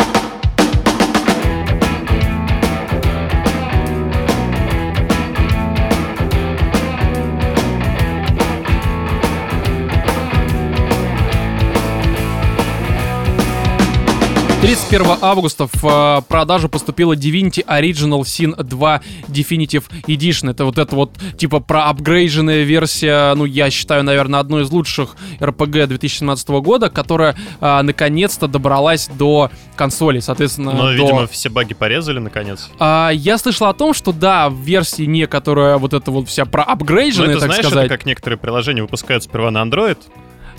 тридцать первого августа в э, продажу поступила Divinity Original Sin два Definitive Edition. Это вот это вот типа проапгрейдженная версия, ну я считаю, наверное, одной из лучших эр пи джи две тысячи семнадцатого года, которая э, наконец-то добралась до консолей, соответственно, Но, до... видимо, все баги порезали, наконец. А, я слышал о том, что да, в версии не, которая вот эта вот вся Ну, проапгрейдженная, это, так знаешь, сказать. это как некоторые приложения выпускают сперва на Android,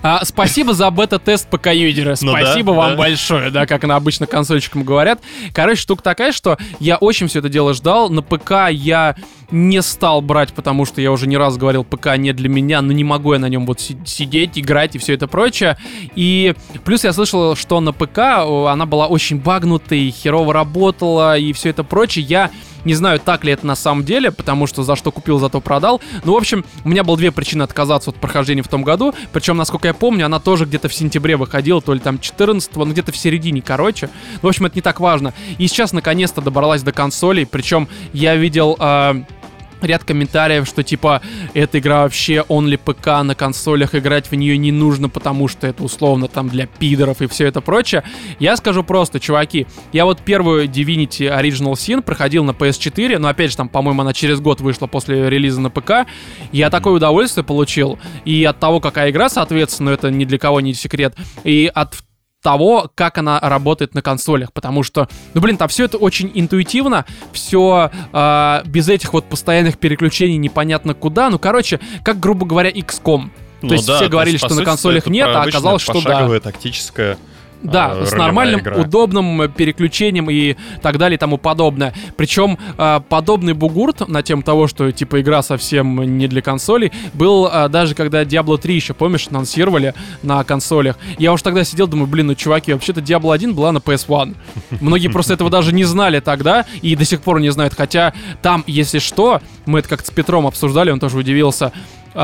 А, спасибо за бета-тест ПК-юзера. Ну Спасибо да, вам да. большое, да, как на обычно консольщикам говорят. Короче, штука такая, что я очень все это дело ждал. На ПК я не стал брать, потому что я уже не раз говорил, ПК не для меня, но не могу я на нем вот си- сидеть, играть и все это прочее. И плюс я слышал, что на ПК она была очень багнутой, херово работала и все это прочее. Я не знаю, так ли это на самом деле, потому что за что купил, зато продал. Ну, в общем, у меня было две причины отказаться от прохождения в том году. Причем, насколько я помню, она тоже где-то в сентябре выходила, то ли там четырнадцатого, ну где-то в середине, короче. Ну, в общем, это не так важно. И сейчас, наконец-то, добралась до консолей. Причем я видел... Э- ряд комментариев, что типа эта игра вообще only ПК, на консолях играть в нее не нужно, потому что это условно там для пидоров и все это прочее. Я скажу просто, чуваки, я вот первую Divinity Original Sin проходил на пи эс четыре, но опять же там, по-моему, она через год вышла после релиза на ПК. Я такое удовольствие получил, и от того, какая игра, соответственно, это ни для кого не секрет, и от того, как она работает на консолях, потому что, ну блин, там все это очень интуитивно, все э, без этих вот постоянных переключений непонятно куда, ну короче, как, грубо говоря, икс ком. Ну, то есть да, все то говорили, есть, что на сути, консолях нет, а оказалось, что да. Пошаговая тактическая. Да, э, с нормальным, игра. удобным переключением и так далее и тому подобное. Причем э, подобный бугурт на тему того, что типа игра совсем не для консолей, был э, даже когда Diablo три еще, помнишь, анонсировали на консолях. Я уж тогда сидел, думаю, блин, ну чуваки, вообще-то Diablo один была на пи эс один. Многие просто этого даже не знали тогда и до сих пор не знают. Хотя там, если что, мы это как-то с Петром обсуждали, он тоже удивился,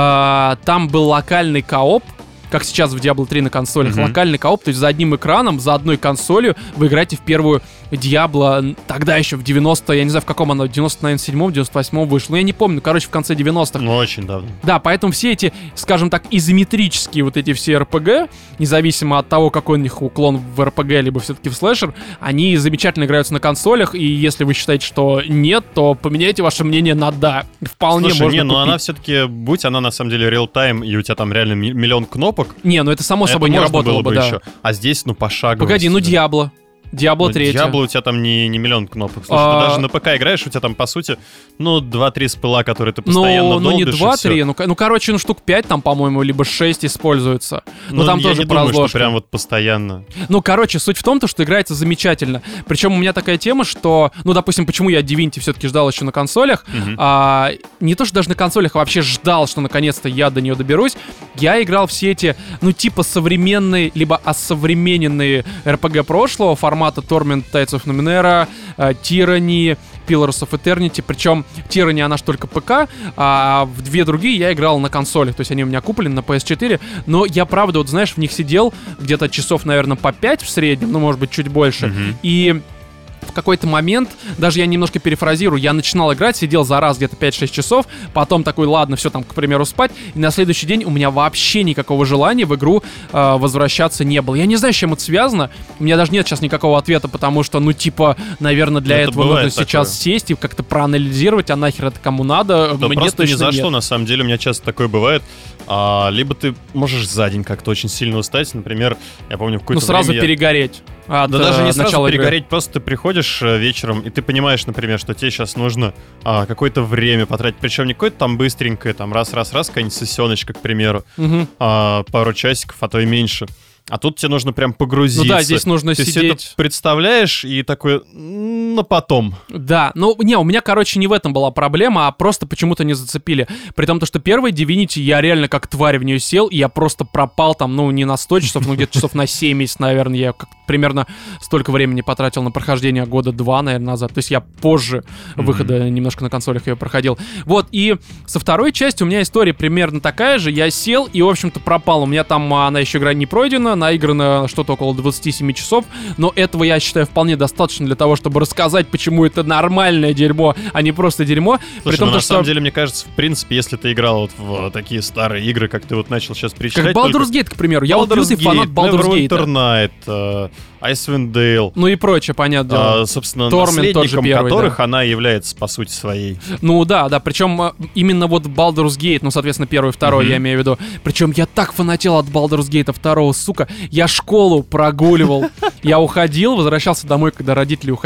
э, там был локальный кооп, как сейчас в Diablo три на консолях, mm-hmm. локальный кооп, то есть за одним экраном, за одной консолью вы играете в первую Diablo, тогда еще в девяносто, я не знаю, в каком оно, в девяносто, наверное, седьмом, девяносто восьмом вышло, ну я не помню, короче, в конце девяностых. Ну, очень давно. Да, поэтому все эти, скажем так, изометрические вот эти все эр пи джи, независимо от того, какой у них уклон в эр пи джи, либо все-таки в слэшер, они замечательно играются на консолях, и если вы считаете, что нет, то поменяйте ваше мнение на да. Вполне Слушай, можно не, но купить. она все-таки, будь она на самом деле реал-тайм, и у тебя там реально ми- миллион кнопок. Не, ну это само это собой не можно работало было бы, бы да. еще. А здесь, ну, пошагово. Погоди, ну Diablo. Diablo Ну, три. Diablo у тебя там не, не миллион кнопок. Слушай, А... ты даже на ПК играешь, у тебя там, по сути, ну, два-три спыла, которые ты постоянно Ну, ну не долбишь, и два-три, всё. ну, ко- ну, короче, ну, штук пять там, по-моему, либо шесть используется. Ну, Ну, там я тоже не думаю, что разложка. прям вот постоянно. Ну, короче, суть в том, то, что играется замечательно. Причем у меня такая тема, что, ну, допустим, почему я Divinity все-таки ждал еще на консолях, Мгм. а, не то, что даже на консолях, а вообще ждал, что наконец-то я до нее доберусь. Я играл все эти, ну, типа современные, либо осовремененные эр пи джи прошлого, формата Torment, Tides of Numenera, э, Tyranny, Pillars of Eternity. Причем Tyranny, она ж только ПК, а в две другие я играл на консолях. То есть они у меня куплены на пи эс четыре. Но я, правда, вот знаешь, в них сидел где-то часов, наверное, по пять в среднем, ну, может быть, чуть больше. Мгм. И в какой-то момент, даже я немножко перефразирую, я начинал играть, сидел за раз где-то пять-шесть часов, потом такой, ладно, все там, к примеру, спать, и на следующий день у меня вообще никакого желания в игру э, возвращаться не было. Я не знаю, с чем это связано, у меня даже нет сейчас никакого ответа, потому что, ну, типа, наверное, для Это этого нужно бывает сейчас такое. сесть и как-то проанализировать, а нахер это кому надо, Да мне просто точно ни за нет. что, на самом деле, у меня часто такое бывает. А, либо ты можешь за день как-то очень сильно устать, например, я помню, в какое-то Ну, сразу время я- перегореть. От, Да даже э, не сразу начала игры. перегореть, просто ты приходишь э, вечером, и ты понимаешь, например, что тебе сейчас нужно а, какое-то время потратить. Причем не какое-то там быстренькое, там раз-раз-раз, какая-нибудь сессионочка, к примеру, Мгм. а, пару часиков, а то и меньше. А тут тебе нужно прям погрузиться. Ну да, здесь нужно Ты всё сидеть. это представляешь и такой, «М, на потом. Да, ну, не, у меня, короче, не в этом была проблема, а просто почему-то не зацепили. При том, то, что первый Divinity, я реально как тварь в нее сел, и я просто пропал там, ну, не на сто часов, ну, где-то часов на семьдесят, наверное, я как примерно столько времени потратил на прохождение года два, наверное, назад. То есть я позже выхода немножко на консолях ее проходил. Вот, и со второй части у меня история примерно такая же. Я сел и, в общем-то, пропал. У меня там, а, она еще игра не пройдена, наиграно что-то около двадцать семь часов, но этого, я считаю, вполне достаточно для того, чтобы рассказать, почему это нормальное дерьмо, а не просто дерьмо. Слушай, При том, ну, на то, самом что... дель, мне кажется, в принципе, если ты играл вот в такие старые игры, как ты вот начал сейчас Как перечислять... Baldur's только Gate, к примеру. Я вот Baldur's лютый фанат Gate, Baldur's Gate. Neverwinter Night, э, Icewind Dale, Ну и прочее, понятное дело. а, собственно, Torment тот же наследником первый, которых да. она является, по сути, своей. Ну да, да, причем э, именно вот Baldur's Gate, ну, соответственно, первый и второй, Мгм. я имею в виду. Причем я так фанател от Baldur's Gate второго, сука. Я школу прогуливал. Я уходил, возвращался домой, когда родители уходили на работу.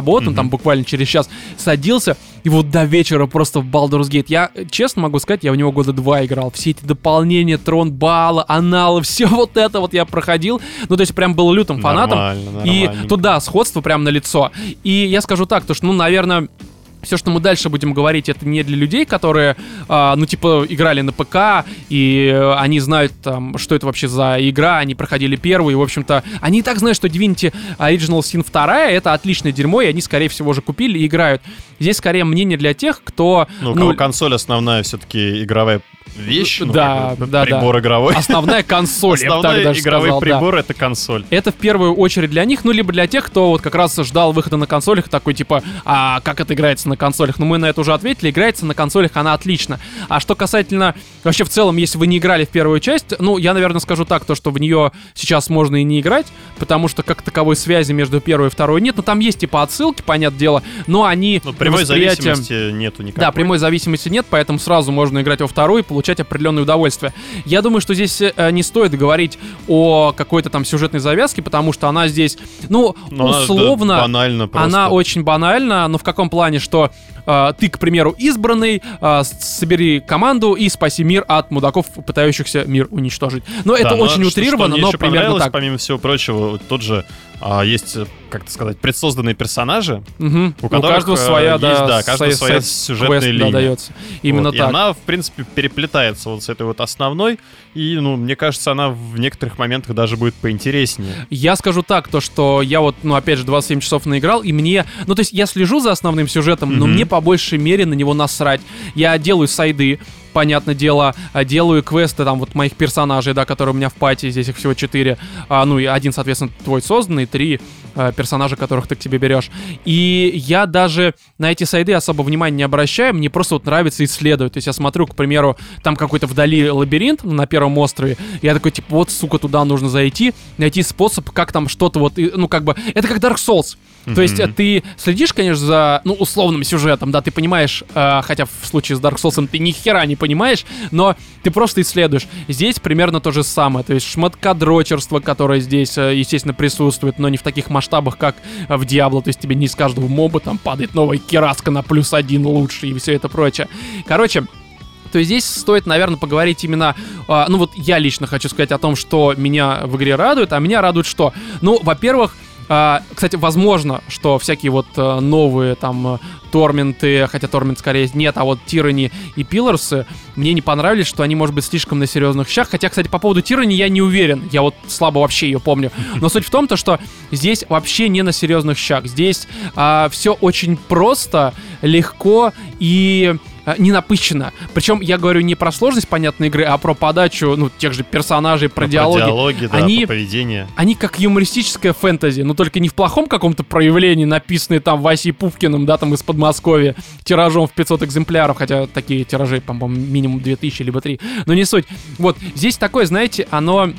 работу, mm-hmm. там буквально через час, садился, и вот до вечера просто в Baldur's Gate. Я, честно могу сказать, я в него года два играл. Все эти дополнения, трон Баала, аналы, все вот это вот я проходил. Ну, то есть прям был лютым фанатом. Нормально, и тут, да, сходство прям на лицо. И я скажу так, то что, ну, наверное... Все, что мы дальше будем говорить, это не для людей, которые, э, ну, типа, играли на ПК, и э, они знают, там, что это вообще за игра, они проходили первую, и, в общем-то, они и так знают, что Divinity Original Sin два — это отличное дерьмо, и они, скорее всего, уже купили и играют. Здесь, скорее, мнение для тех, кто... Ну, у кого ну, консоль основная все-таки игровая вещь, ну, да, как бы, да, прибор да. игровой. Основная консоль, Основной я бы так даже игровой сказал, прибор да. — это консоль. Это в первую очередь для них, ну, либо для тех, кто вот как раз ждал выхода на консолях, такой, типа, а как это играется на консолях? Ну, мы на это уже ответили, играется на консолях она отлично. А что касательно, вообще в целом, если вы не играли в первую часть, ну, я, наверное, скажу так, то, что в нее сейчас можно и не играть, потому что как таковой связи между первой и второй нет, но там есть, типа, отсылки, понятное дело, но они... Ну, прямой восприятие... зависимости нету никакой. Да, прямой зависимости нет, поэтому сразу можно играть во вторую и получать определенное удовольствие. Я думаю, что здесь э, не стоит говорить о какой-то там сюжетной завязке, потому что она здесь, ну, но условно, она, да, банально просто. Она очень банальна, но в каком плане, что э, ты, к примеру, избранный, э, собери команду и спаси мир от мудаков, пытающихся мир уничтожить. Но да, это но очень утрировано, что, что но примерно так. Помимо всего прочего, тот же а, есть, как это сказать, предсозданные персонажи, угу. у которых у каждого своя, есть, да, да, каждая своя сюжетная квест, линия. Да, дается. Именно вот, так. И она, в принципе, переплетается вот с этой вот основной, и, ну, мне кажется, она в некоторых моментах даже будет поинтереснее. Я скажу так, то, что я вот, ну, опять же, двадцать семь часов наиграл, и мне, ну, то есть я слежу за основным сюжетом, mm-hmm. но мне по большей мере на него насрать. Я делаю сайды, понятное дело, делаю квесты там вот моих персонажей, да, которые у меня в пати, здесь их всего четыре, а, ну и один, соответственно, твой созданный, три а, персонажа, которых ты к себе берешь. И я даже на эти сайды особо внимания не обращаю, мне просто вот нравится исследовать. То есть я смотрю, к примеру, там какой-то вдали лабиринт на первом острове, я такой, типа, вот, сука, туда нужно зайти, найти способ, как там что-то вот, ну, как бы, это как Dark Souls. Mm-hmm. То есть ты следишь, конечно, за, ну, условным сюжетом, да, ты понимаешь, э, хотя в случае с Dark Souls ты ни хера не понимаешь, но ты просто исследуешь. Здесь примерно то же самое, то есть шмоткодрочерство, которое здесь, э, естественно, присутствует, но не в таких масштабах, как в Diablo, то есть тебе не с каждого моба там падает новая кираска на плюс один лучше и все это прочее. Короче, то есть здесь стоит, наверное, поговорить именно, э, ну вот я лично хочу сказать о том, что меня в игре радует, а меня радует что? Ну, во-первых, Uh, кстати, возможно, что всякие вот uh, новые там Торменты, хотя Тормент скорее нет, а вот Тирани и Пилларсы мне не понравились, что они, может быть, слишком на серьезных щах. Хотя, кстати, по поводу Тирани я не уверен, я вот слабо вообще ее помню. Но суть в том, то, что здесь вообще не на серьезных щах. Здесь uh, все очень просто, легко и не напыщенно. Причем я говорю не про сложность понятной игры, а про подачу, ну, тех же персонажей, про, про диалоги. диалоги, да, они, про поведение. Они как юмористическое фэнтези, но только не в плохом каком-то проявлении, написанные там Васей Пупкиным, да, там из Подмосковья, тиражом в пятьсот экземпляров, хотя такие тиражи, по-моему, минимум две тысячи, либо три. Но не суть. Вот, здесь такое, знаете, оно...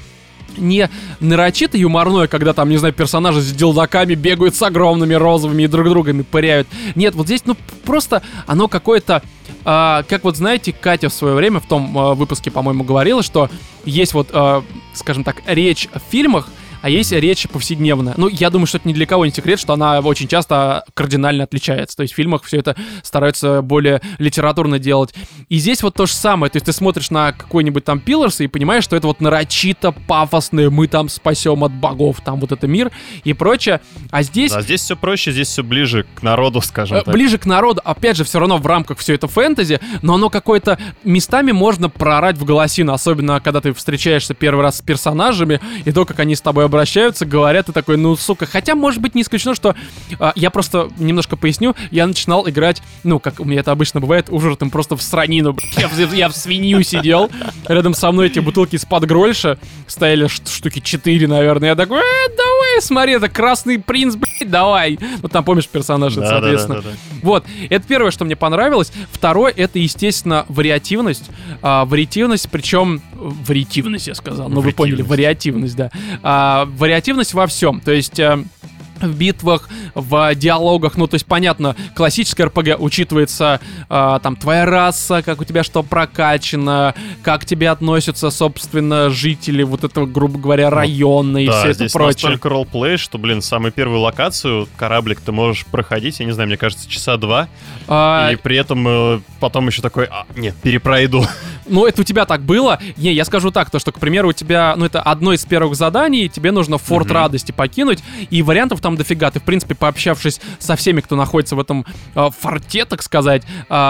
не нарочито юморное, когда там, не знаю, персонажи с дилдаками бегают с огромными розовыми и друг другами пыряют. Нет, вот здесь, ну, просто оно какое-то... А, как вот, знаете, Катя в свое время в том а, выпуске, по-моему, говорила, что есть вот, а, скажем так, речь в фильмах, а есть речь повседневная. Ну, я думаю, что это ни для кого не секрет, что она очень часто кардинально отличается. То есть в фильмах все это стараются более литературно делать. И здесь вот то же самое. То есть ты смотришь на какой-нибудь там Пилларс и понимаешь, что это вот нарочито пафосное, мы там спасем от богов, там вот это мир и прочее. А здесь... А здесь все проще, здесь все ближе к народу, скажем так. Ближе к народу, опять же, все равно в рамках все это фэнтези, но оно какое-то... Местами можно проорать в голосину, особенно когда ты встречаешься первый раз с персонажами, и то, как они с тобой обращаются, говорят, и такой, ну, сука. Хотя, может быть, не исключено, что а, я просто немножко поясню, я начинал играть, ну, как у меня это обычно бывает, ужратым просто в сранину, я в, я в свинью сидел, рядом со мной эти бутылки из-под Грольша стояли штуки четыре, наверное, я такой, э, давай, смотри, это Красный Принц, блядь, давай. Вот там, помнишь, персонажи, да, соответственно. Да, да, да, да. Вот, это первое, что мне понравилось. Второе, это, естественно, вариативность. А, вариативность, причем... Вариативность, я сказал, но вы поняли, вариативность, да. А, вариативность во всем, то есть... в битвах, в диалогах, ну, то есть, понятно, классическое эр пи джи учитывается, э, там, твоя раса, как у тебя что прокачано, как к тебе относятся, собственно, жители вот этого, грубо говоря, района и да, все это здесь прочее. настолько ролл-плей, что, блин, самую первую локацию, кораблик, ты можешь проходить, я не знаю, мне кажется, часа два, А... и при этом э, потом еще такой, а, нет, перепройду. Ну, это у тебя так было. Не, я скажу так, то, что, к примеру, у тебя, ну, это одно из первых заданий, тебе нужно Форт mm-hmm. Радости покинуть, и вариантов там дофига. Ты, в принципе, пообщавшись со всеми, кто находится в этом э, форте, так сказать,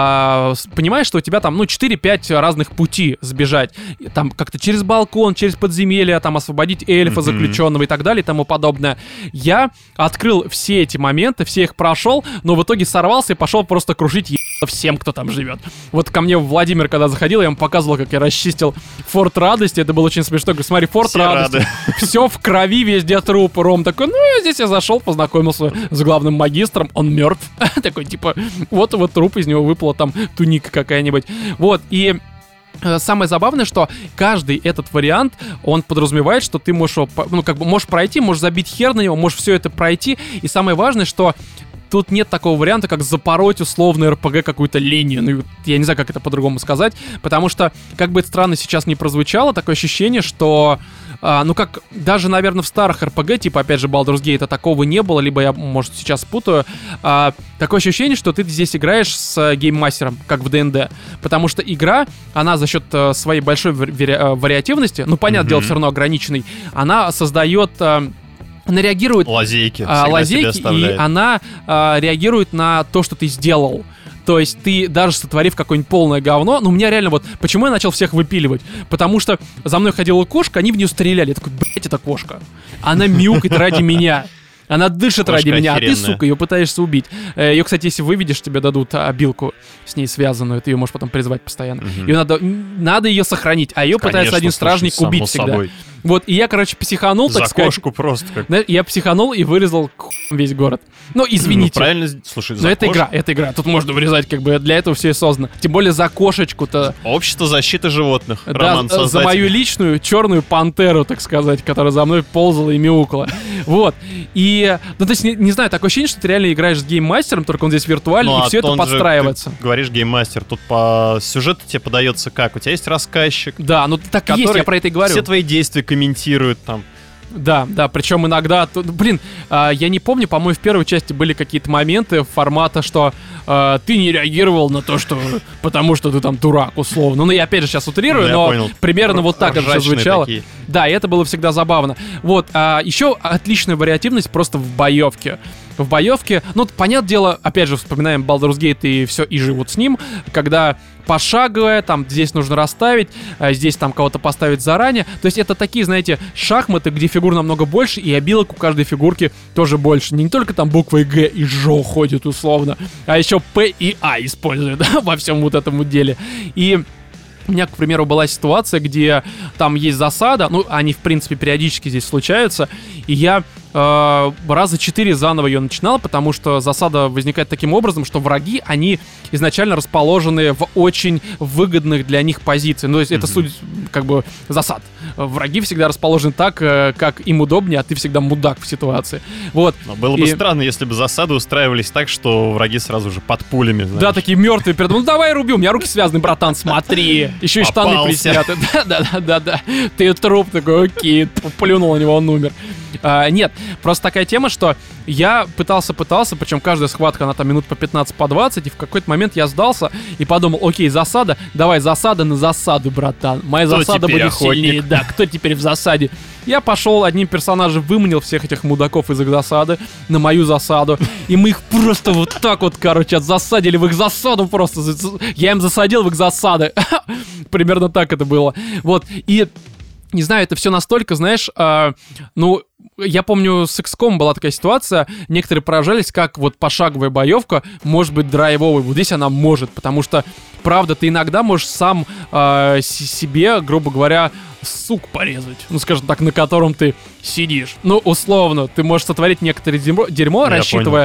э, понимаешь, что у тебя там, ну, четыре-пять разных пути сбежать. Там как-то через балкон, через подземелье, там, освободить эльфа mm-hmm. заключенного и так далее и тому подобное. Я открыл все эти моменты, все их прошел, но в итоге сорвался и пошел просто крушить е... всем, кто там живет. Вот ко мне Владимир, когда заходил, я ему показывал, как я расчистил Форт Радости. Это было очень смешно. Говорю, смотри, Форт Все Радости. рады. Все в крови, везде труп. Ром такой, ну, я здесь я зашел, познакомился с главным магистром. Он мертв. Такой, типа, вот его труп, из него выпала там туника какая-нибудь. Вот, и... Самое забавное, что каждый этот вариант, он подразумевает, что ты можешь, ну, как бы можешь пройти, можешь забить хер на него, можешь все это пройти. И самое важное, что тут нет такого варианта, как запороть условно эр пи джи какую-то линию. Ну, я не знаю, как это по-другому сказать. Потому что, как бы это странно сейчас не прозвучало, такое ощущение, что... А, ну, как даже, наверное, в старых эр пи джи, типа, опять же, Baldur's Gate, такого не было, либо я, может, сейчас путаю. А, такое ощущение, что ты здесь играешь с гейммастером, как в ди энд ди. Потому что игра, она за счет а, своей большой вари- вариативности, ну, понятное mm-hmm. дело, все равно ограниченной, она создает... А, она реагирует... Лазейки. А, лазейки, и она а, реагирует на то, что ты сделал. То есть ты, даже сотворив какое-нибудь полное говно, ну, у меня реально вот... Почему я начал всех выпиливать? Потому что за мной ходила кошка, они в нее стреляли. Я такой, блять, это кошка. Она мяукает ради меня. Она дышит Кошка ради меня, охеренная. А ты, сука, ее пытаешься убить. Ее, кстати, если выведешь, тебе дадут обилку с ней связанную, ты ее можешь потом призвать постоянно. Угу. Ее надо, надо ее сохранить, а ее Конечно, пытается один стражник слушай, убить само всегда. собой. Вот, и я, короче, психанул, так За сказать. кошку просто как... Да, я психанул и вырезал к хуям весь город. Ну, извините. Ну, правильно, слушай, за Но это кошку... игра, это игра. Тут можно вырезать, как бы, для этого все и создано. Тем более за кошечку-то. Общество защиты животных. Да, Роман за создатель. мою личную черную пантеру, так сказать, которая за мной ползала и мяукала. Вот. И, ну, то есть, не, не знаю, такое ощущение, что ты реально играешь с гейммастером, только он здесь виртуальный, Ну, и все а это он подстраивается. Же, ты говоришь, гейммастер, тут по сюжету тебе подается как? У тебя есть рассказчик, Да, ну так и есть, я про это и говорю. Все твои действия комментирует там. Да, да, причем иногда, то, блин, э, я не помню, по-моему, в первой части были какие-то моменты формата, что э, ты не реагировал на то, что, потому что ты там дурак, условно. Ну, я опять же сейчас утрирую, ну, но понял. примерно Р- вот так это все звучало. Такие. Да, и это было всегда забавно. Вот, а еще отличная вариативность просто в боевке. В боевке, ну, понятное дело, опять же, вспоминаем Baldur's Gate и все, и живут с ним, когда пошаговая, там, здесь нужно расставить, а здесь там кого-то поставить заранее. То есть это такие, знаете, шахматы, где фигур намного больше, и обилок у каждой фигурки тоже больше. Не только там буквы Г и Ж ходят условно, а еще П и А используют, да, во всем вот этом деле. И у меня, к примеру, была ситуация, где там есть засада, ну, они, в принципе, периодически здесь случаются, и я э, раза четыре заново ее начинал, потому что засада возникает таким образом, что враги, они изначально расположены в очень выгодных для них позициях. Ну, то есть mm-hmm. это суть, как бы, засад. Враги всегда расположены так, э, как им удобнее, а ты всегда мудак в ситуации. Вот. Но было бы и... странно, если бы засады устраивались так, что враги сразу же под пулями, знаешь. Да, такие мертвые перед... Ну, давай руби, у меня руки связаны, братан, смотри. Еще и штаны присняты. Да-да-да-да. Ты труп такой, окей, плюнул на него, он умер. А, нет, просто такая тема, что я пытался-пытался, причем каждая схватка, она там минут по пятнадцать, по двадцать, и в какой-то момент я сдался и подумал, окей, засада, давай засада на засаду, братан. Моя кто засада будет охотник? Сильнее. Да, кто теперь в засаде? Я пошел одним персонажем, выманил всех этих мудаков из их засады на мою засаду, и мы их просто вот так вот, короче, отзасадили в их засаду просто. Я им засадил в их засады. Примерно так это было. Вот, и... Не знаю, это все настолько, знаешь, э, ну, я помню, с икс ком была такая ситуация, некоторые поражались, как вот пошаговая боевка может быть драйвовой. Вот здесь она может, потому что, правда, ты иногда можешь сам э, себе, грубо говоря, сук порезать, ну, скажем так, на котором ты сидишь. Ну, условно, ты можешь сотворить некоторое дерьмо, дерьмо Я рассчитывая... понял.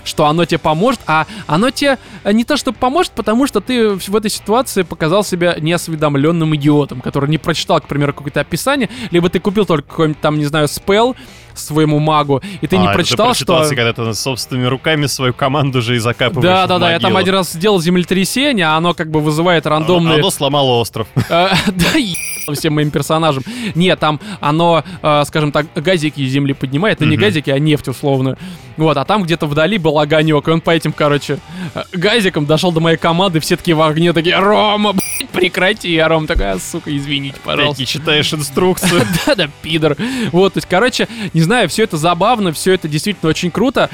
что оно тебе поможет, а оно тебе не то, что поможет, потому что ты в этой ситуации показал себя неосведомленным идиотом, который не прочитал, к примеру, какое-то описание, либо ты купил только какой-нибудь там, не знаю, спелл своему магу, и ты а, не прочитал, ты что... когда ты собственными руками свою команду же и закапываешь Да, в да, да, я там могилу. один раз сделал землетрясение, а оно как бы вызывает рандомные... Оно сломало остров. Да, всем моим персонажам. Нет, там оно, скажем так, газики из земли поднимает, ну не газики, а нефть условно. Вот, а там где-то вдали был огонек, и он по этим, короче, газикам дошел до моей команды, все такие в огне, такие: Рома, блядь, прекрати. А Рома такая: сука, извините, пожалуйста. Ты не читаешь инструкцию. Да-да, пидор. Вот, то есть, короче, не знаю, все это забавно, все это действительно очень круто.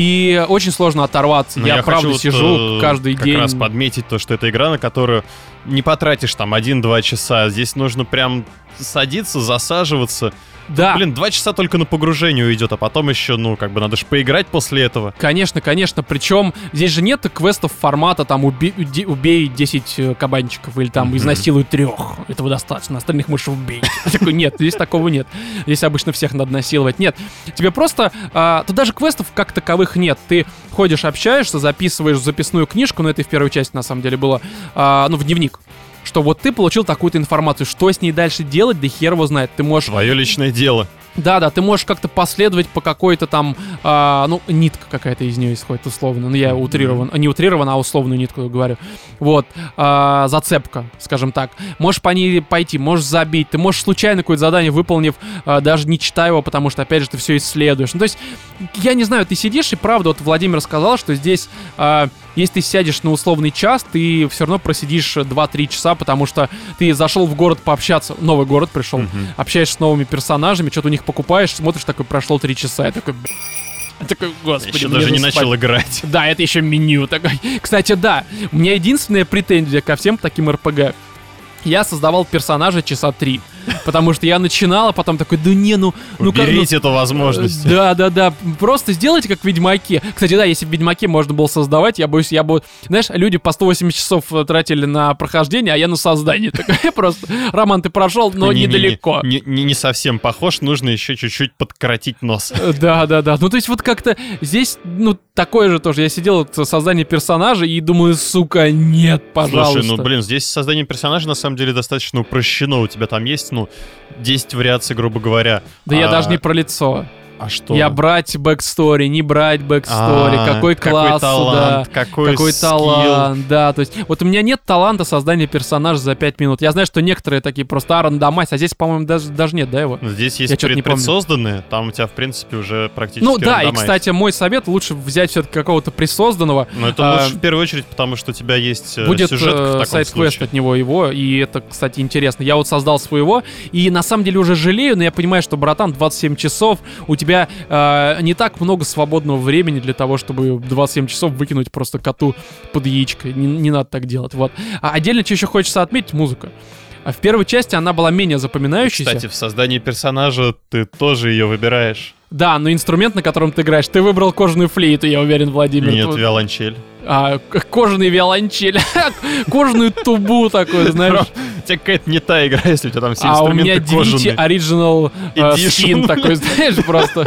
И очень сложно оторваться. Я, я правда хочу сижу вот, каждый как день. Как раз подметить то, что это игра, на которую не потратишь там один-два часа. Здесь нужно прям садиться, засаживаться. Да. Блин, два часа только на погружение уйдет, а потом еще, ну, как бы надо же поиграть после этого. Конечно, конечно. Причем здесь же нет квестов формата там убей, убей десять кабанчиков или там изнасилуй трех. Этого достаточно, остальных можешь убить. Такой: нет, здесь такого нет. Здесь обычно всех надо насиловать. Нет, тебе просто... А, тут даже квестов как таковых нет. Ты ходишь, общаешься, записываешь в записную книжку, но это и в первой части на самом деле было, а, ну, в дневник. Что вот ты получил такую-то информацию, что с ней дальше делать, да хер его знает. Ты можешь... Твое личное дело. Да-да, ты можешь как-то последовать по какой-то там, а, ну, нитка какая-то из нее исходит условно. Ну, я утрирован, не утрирован, а условную нитку говорю. Вот, а, зацепка, скажем так. Можешь по ней пойти, можешь забить. Ты можешь случайно какое-то задание, выполнив, а, даже не читая его, потому что, опять же, ты все исследуешь. Ну, то есть, я не знаю, ты сидишь, и правда, вот Владимир сказал, что здесь... А, если ты сядешь на условный час, ты все равно просидишь два-три часа, потому что ты зашел в город пообщаться, новый город пришел, uh-huh. общаешься с новыми персонажами, что-то у них покупаешь, смотришь, такой, прошло три часа, я такой, я такой, господи, еще даже не начал играть. Да, это еще меню такой. Кстати, да, у меня единственная претензия ко всем таким эр пи джи. Я создавал персонажа часа три. Потому что я начинал, а потом такой: да не, ну... ну Уберите ну, эту возможность. Да-да-да, просто сделайте как в Ведьмаке. Кстати, да, если в Ведьмаке можно было создавать, я боюсь, я бы... Знаешь, люди по сто восемьдесят часов тратили на прохождение, а я на создание. Такой просто: Роман, ты прошел, но недалеко. Не, не, не совсем похож, нужно еще чуть-чуть подкоротить нос. Да-да-да, ну то есть вот как-то здесь, ну, такое же тоже. Я сидел в создании персонажа и думаю: сука, нет, пожалуйста. Слушай, ну, блин, здесь создание персонажа на самом деле достаточно упрощено. У тебя там есть, ну, десять вариаций, грубо говоря. Да а... я даже не про лицо. А что? Я брать бэкстори, не брать бэкстори, А, какой класс, какой талант, да, какой, какой скилл. талант, да, то есть вот у меня нет таланта создания персонажа за пять минут. Я знаю, что некоторые такие просто а, рандомайз, а здесь, по-моему, даже, даже нет, да, его? Здесь есть Я что-то не помню. предсозданные, там у тебя, в принципе, уже практически Ну да, рандомайз. и, кстати, мой совет: лучше взять все-таки какого-то присозданного. Но это а, лучше в первую очередь, потому что у тебя есть будет сюжетка в таком сайд-квест случае. от него его, и это, кстати, интересно. Я вот создал своего, и на самом деле уже жалею, но я понимаю, что, братан, двадцать семь часов, у тебя э, не так много свободного времени для того, чтобы двадцать семь часов выкинуть просто коту под яичко. Не, не надо так делать, вот. А отдельно, что еще хочется отметить, музыка. А в первой части она была менее запоминающейся. Кстати, в создании персонажа ты тоже ее выбираешь. Да, но инструмент, на котором ты играешь, ты выбрал кожаную флейту, я уверен, Владимир. Нет, Тут... виолончель. А, кожаный виолончель. Кожаную тубу такую, знаешь. У тебя какая-то не та игра, если у тебя там все а инструменты кожаные. А у меня Divinity Original скин такой, знаешь, просто...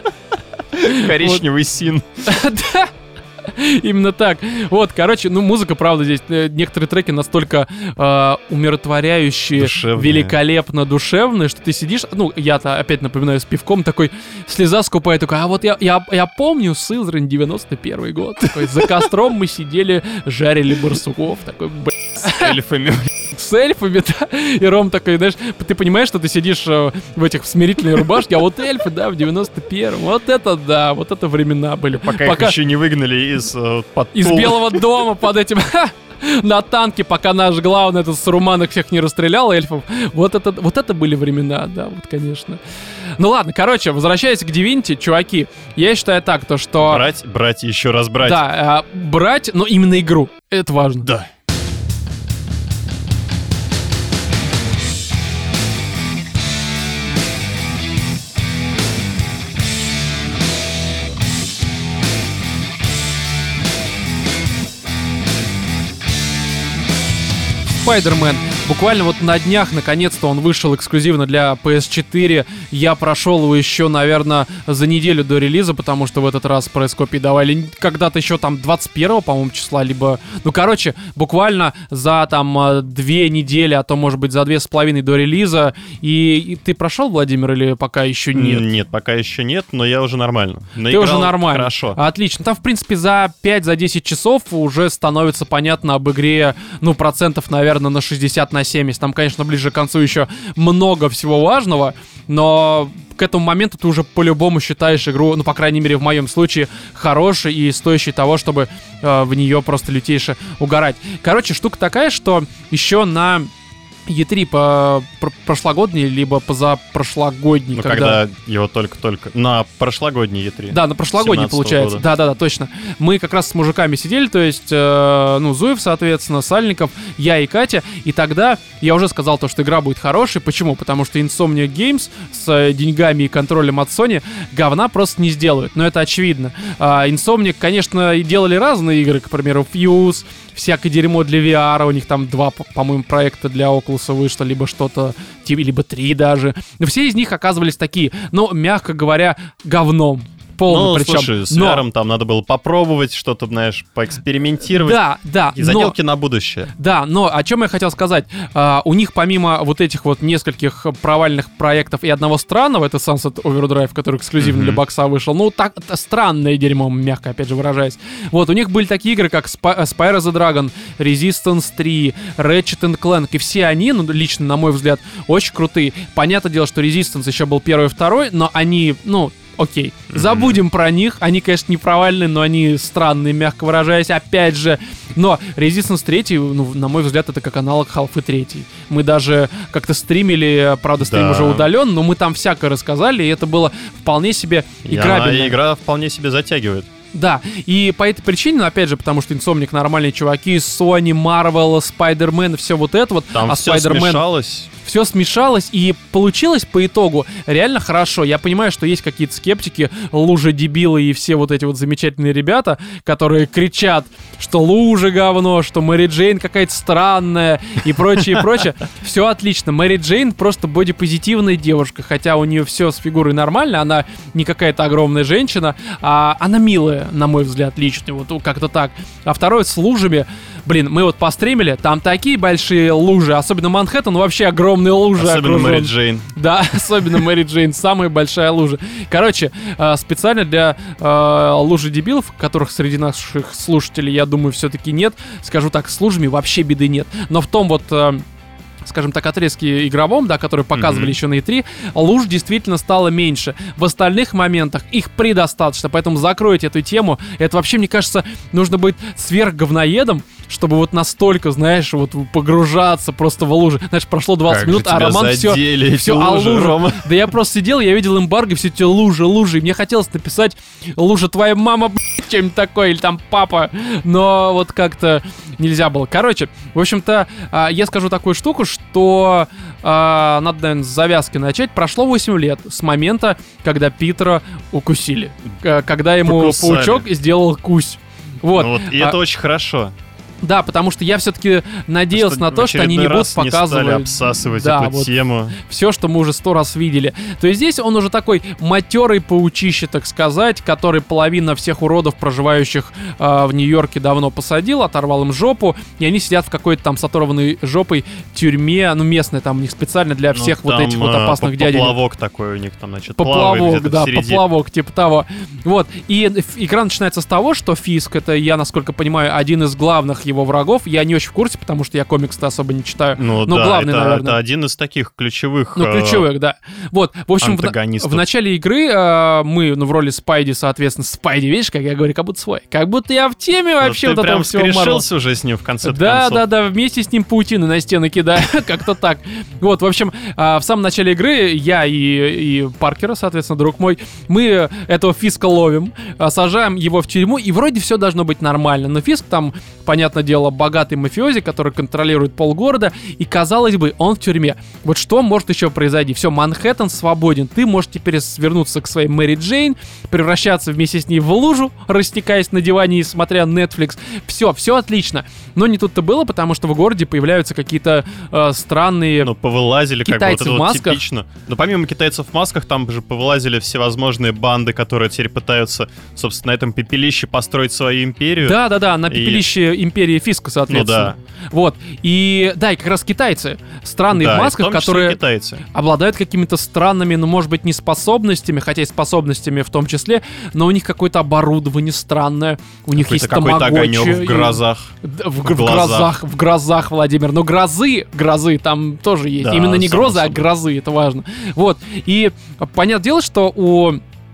Коричневый син. Да, именно так. Вот, короче, ну, музыка, правда, здесь некоторые треки настолько э, умиротворяющие, душевные. великолепно душевные, что ты сидишь, ну, я-то опять напоминаю, с пивком, такой, слеза скупая, такой: а вот я, я, я помню Сызрань, девяносто первый год, такой, за костром мы сидели, жарили барсуков, такой, блядь. С эльфами. С эльфами, да. И Ром такой, знаешь, ты понимаешь, что ты сидишь э, в этих смирительной рубашке, а вот эльфы, да, в девяносто первом. Вот это да, вот это времена были. Пока, пока... их еще не выгнали из э, под Из Белого дома под этим... на танке, пока наш главный этот Саруман их всех не расстрелял, эльфов. Вот это, вот это были времена, да, вот, конечно. Ну ладно, короче, возвращаясь к Divinity, чуваки, я считаю так, то что... Брать, брать и еще раз брать. Да, э, брать, но именно игру. Это важно. Да. В Spider-Man. Буквально вот на днях, наконец-то, он вышел эксклюзивно для пи эс четыре. Я прошел его еще, наверное, за неделю до релиза, потому что в этот раз пресс-копии давали когда-то еще там двадцать первого, по-моему, числа, либо... Ну, короче, буквально за там две недели, а то, может быть, за две с половиной до релиза. И, и ты прошел, Владимир, или пока еще нет? Нет, пока еще нет, но я уже нормально. Наиграл. Ты уже нормально. Хорошо. Отлично. Там, в принципе, за пять-десять часов уже становится понятно об игре, ну, процентов, наверное, на шестьдесят на семьдесят. Там, конечно, ближе к концу еще много всего важного, но к этому моменту ты уже по-любому считаешь игру, ну, по крайней мере, в моем случае, хорошей и стоящей того, чтобы э, в нее просто лютейше угорать. Короче, штука такая, что еще на и три по прошлогодний, либо позапрошлогодний. Ну, когда... когда его только-только... На прошлогодний и три. Да, на прошлогодний, получается. Да-да-да, точно. Мы как раз с мужиками сидели, то есть, э, ну, Зуев, соответственно, Сальников, я и Катя, и тогда я уже сказал то, что игра будет хорошей. Почему? Потому что Insomniac Games с деньгами и контролем от Sony говна просто не сделают, но это очевидно. А, Insomniac, конечно, и делали разные игры, к примеру, Fuse, всякое дерьмо для ви ар, у них там два, по-моему, проекта для Oculus вышло, либо что-то, либо три даже. Но все из них оказывались такие, ну, мягко говоря, говном. Полный, ну, причем. Слушай, с ви ар там надо было попробовать что-то, знаешь, поэкспериментировать. Да, да. И заделки но, на будущее. Да, но о чем я хотел сказать. А, у них помимо вот этих вот нескольких провальных проектов и одного странного, это Sunset Overdrive, который эксклюзивно mm-hmm. для бокса вышел, ну, так, странное дерьмо, мягко, опять же, выражаясь. Вот, у них были такие игры, как Spy- Spyro the Dragon, Resistance три, Ratchet and Clank, и все они, ну, лично, на мой взгляд, очень крутые. Понятное дело, что Resistance еще был первый и второй, но они, ну... Окей, mm-hmm. забудем про них. Они, конечно, не провальные, но они странные, мягко выражаясь, опять же. Но Resistance три, ну, на мой взгляд, это как аналог Half-Life три. Мы даже как-то стримили, правда, стрим да. уже удален, но мы там всякое рассказали, и это было вполне себе играбельно. И игра вполне себе затягивает. Да, и по этой причине, ну, опять же, потому что Insomniac нормальные чуваки, Sony, Marvel, Spider-Man, все вот это вот. Там а все Spider-Man... смешалось. Все смешалось, и получилось по итогу реально хорошо. Я понимаю, что есть какие-то скептики, лужи дебилы и все вот эти вот замечательные ребята, которые кричат, что лужа говно, что Мэри Джейн какая-то странная и прочее, и прочее. Все отлично. Мэри Джейн просто бодипозитивная девушка, хотя у нее все с фигурой нормально, она не какая-то огромная женщина, а она милая, на мой взгляд, лично, вот как-то так. А второе с лужами. Блин, мы вот постримили, там такие большие лужи, особенно Манхэттен, вообще огромные лужи. Особенно окружен. Мэри Джейн. Да, особенно Мэри Джейн, самая большая лужа. Короче, специально для э, лужи дебилов, которых среди наших слушателей, я думаю, все-таки нет, скажу так, с лужами вообще беды нет. Но в том вот... Э, скажем так, отрезке игровом, да, который показывали mm-hmm. еще на и три, луж действительно стало меньше. В остальных моментах их предостаточно, поэтому закройте эту тему. Это вообще, мне кажется, нужно быть сверхговноедом, чтобы вот настолько, знаешь, вот погружаться просто в лужи. Знаешь, прошло двадцать как минут, а Роман все, все о луже. Да я просто сидел, я видел эмбарго, все эти лужи, лужи, и мне хотелось написать «Лужа, твоя мама, блядь», чем-нибудь такое, или там «папа», но вот как-то нельзя было. Короче, в общем-то, я скажу такую штуку, что надо, наверное, с завязки начать. Прошло восемь лет с момента, когда Питера укусили, когда ему Покусали. Паучок сделал кусь. Вот. Ну вот, и а, это очень хорошо. Да, потому что я все-таки надеялся что на то, что они не будут показывать... Не стали обсасывать да, эту вот тему. Все, что мы уже сто раз видели. То есть здесь он уже такой матерый паучище, так сказать, который половина всех уродов, проживающих э, в Нью-Йорке, давно посадил, оторвал им жопу, и они сидят в какой-то там с оторванной жопой тюрьме, ну, местной, там у них специально для всех ну, вот этих вот опасных дядей. Поплавок такой у них там, значит, поплавок, да, поплавок, типа того. Вот, и игра начинается с того, что Фиск, это, я, насколько понимаю, один из главных его врагов. Я не очень в курсе, потому что я комикс-то особо не читаю. Ну, но да, главный, это, наверное. Это один из таких ключевых Ну, ключевых, э- да. Вот, в общем, в, в начале игры э, мы, ну, в роли Спайди, соответственно, Спайди, видишь, как я говорю, как будто свой. Как будто я в теме вообще вот вот этого всего Марвел. Ты прям скрешился уже с ним в конце концов. Да, да, да, вместе с ним паутины на стены кидаю, как-то так. Вот, в общем, э, в самом начале игры я и, и Паркера, соответственно, друг мой, мы этого Фиска ловим, э, сажаем его в тюрьму, и вроде все должно быть нормально. Но Фиск там, понятное понятное дело, богатый мафиози, который контролирует полгорода, и, казалось бы, он в тюрьме. Вот что может еще произойти? Все, Манхэттен свободен, ты можешь теперь свернуться к своей Мэри Джейн, превращаться вместе с ней в лужу, растекаясь на диване и смотря Netflix. Все, все отлично. Но не тут-то было, потому что в городе появляются какие-то э, странные... Ну, повылазили, как бы, вот это в вот масках. типично. Но помимо китайцев в масках, там же повылазили всевозможные банды, которые теперь пытаются, собственно, на этом пепелище построить свою империю. Да-да-да, на пепелище и... империи Фиска, соответственно. Ну да. Вот. И да, и как раз китайцы. Странные да, в масках, в том числе которые китайцы. обладают какими-то странными, ну, может быть, не способностями, хотя и способностями в том числе, но у них какое-то оборудование странное. У них есть какой-то огонек в и... грозах. В, в, в грозах, в грозах, Владимир. Но грозы, грозы там тоже есть. Да, Именно не грозы, собой. а грозы, это важно. Вот. И понятное дело, что у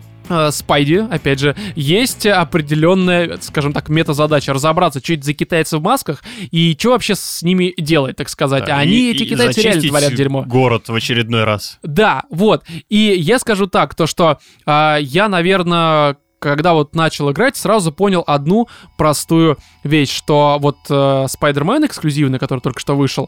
Спайди, опять же, есть определенная, скажем так, мета-задача разобраться, что это за китайцы в масках и что вообще с ними делать, так сказать. Да, а они, и, эти и китайцы, реально творят дерьмо. Город в очередной раз. Да, вот. И я скажу так, то что э, я, наверное, когда вот начал играть, сразу понял одну простую вещь, что вот э, Spider-Man эксклюзивный, который только что вышел,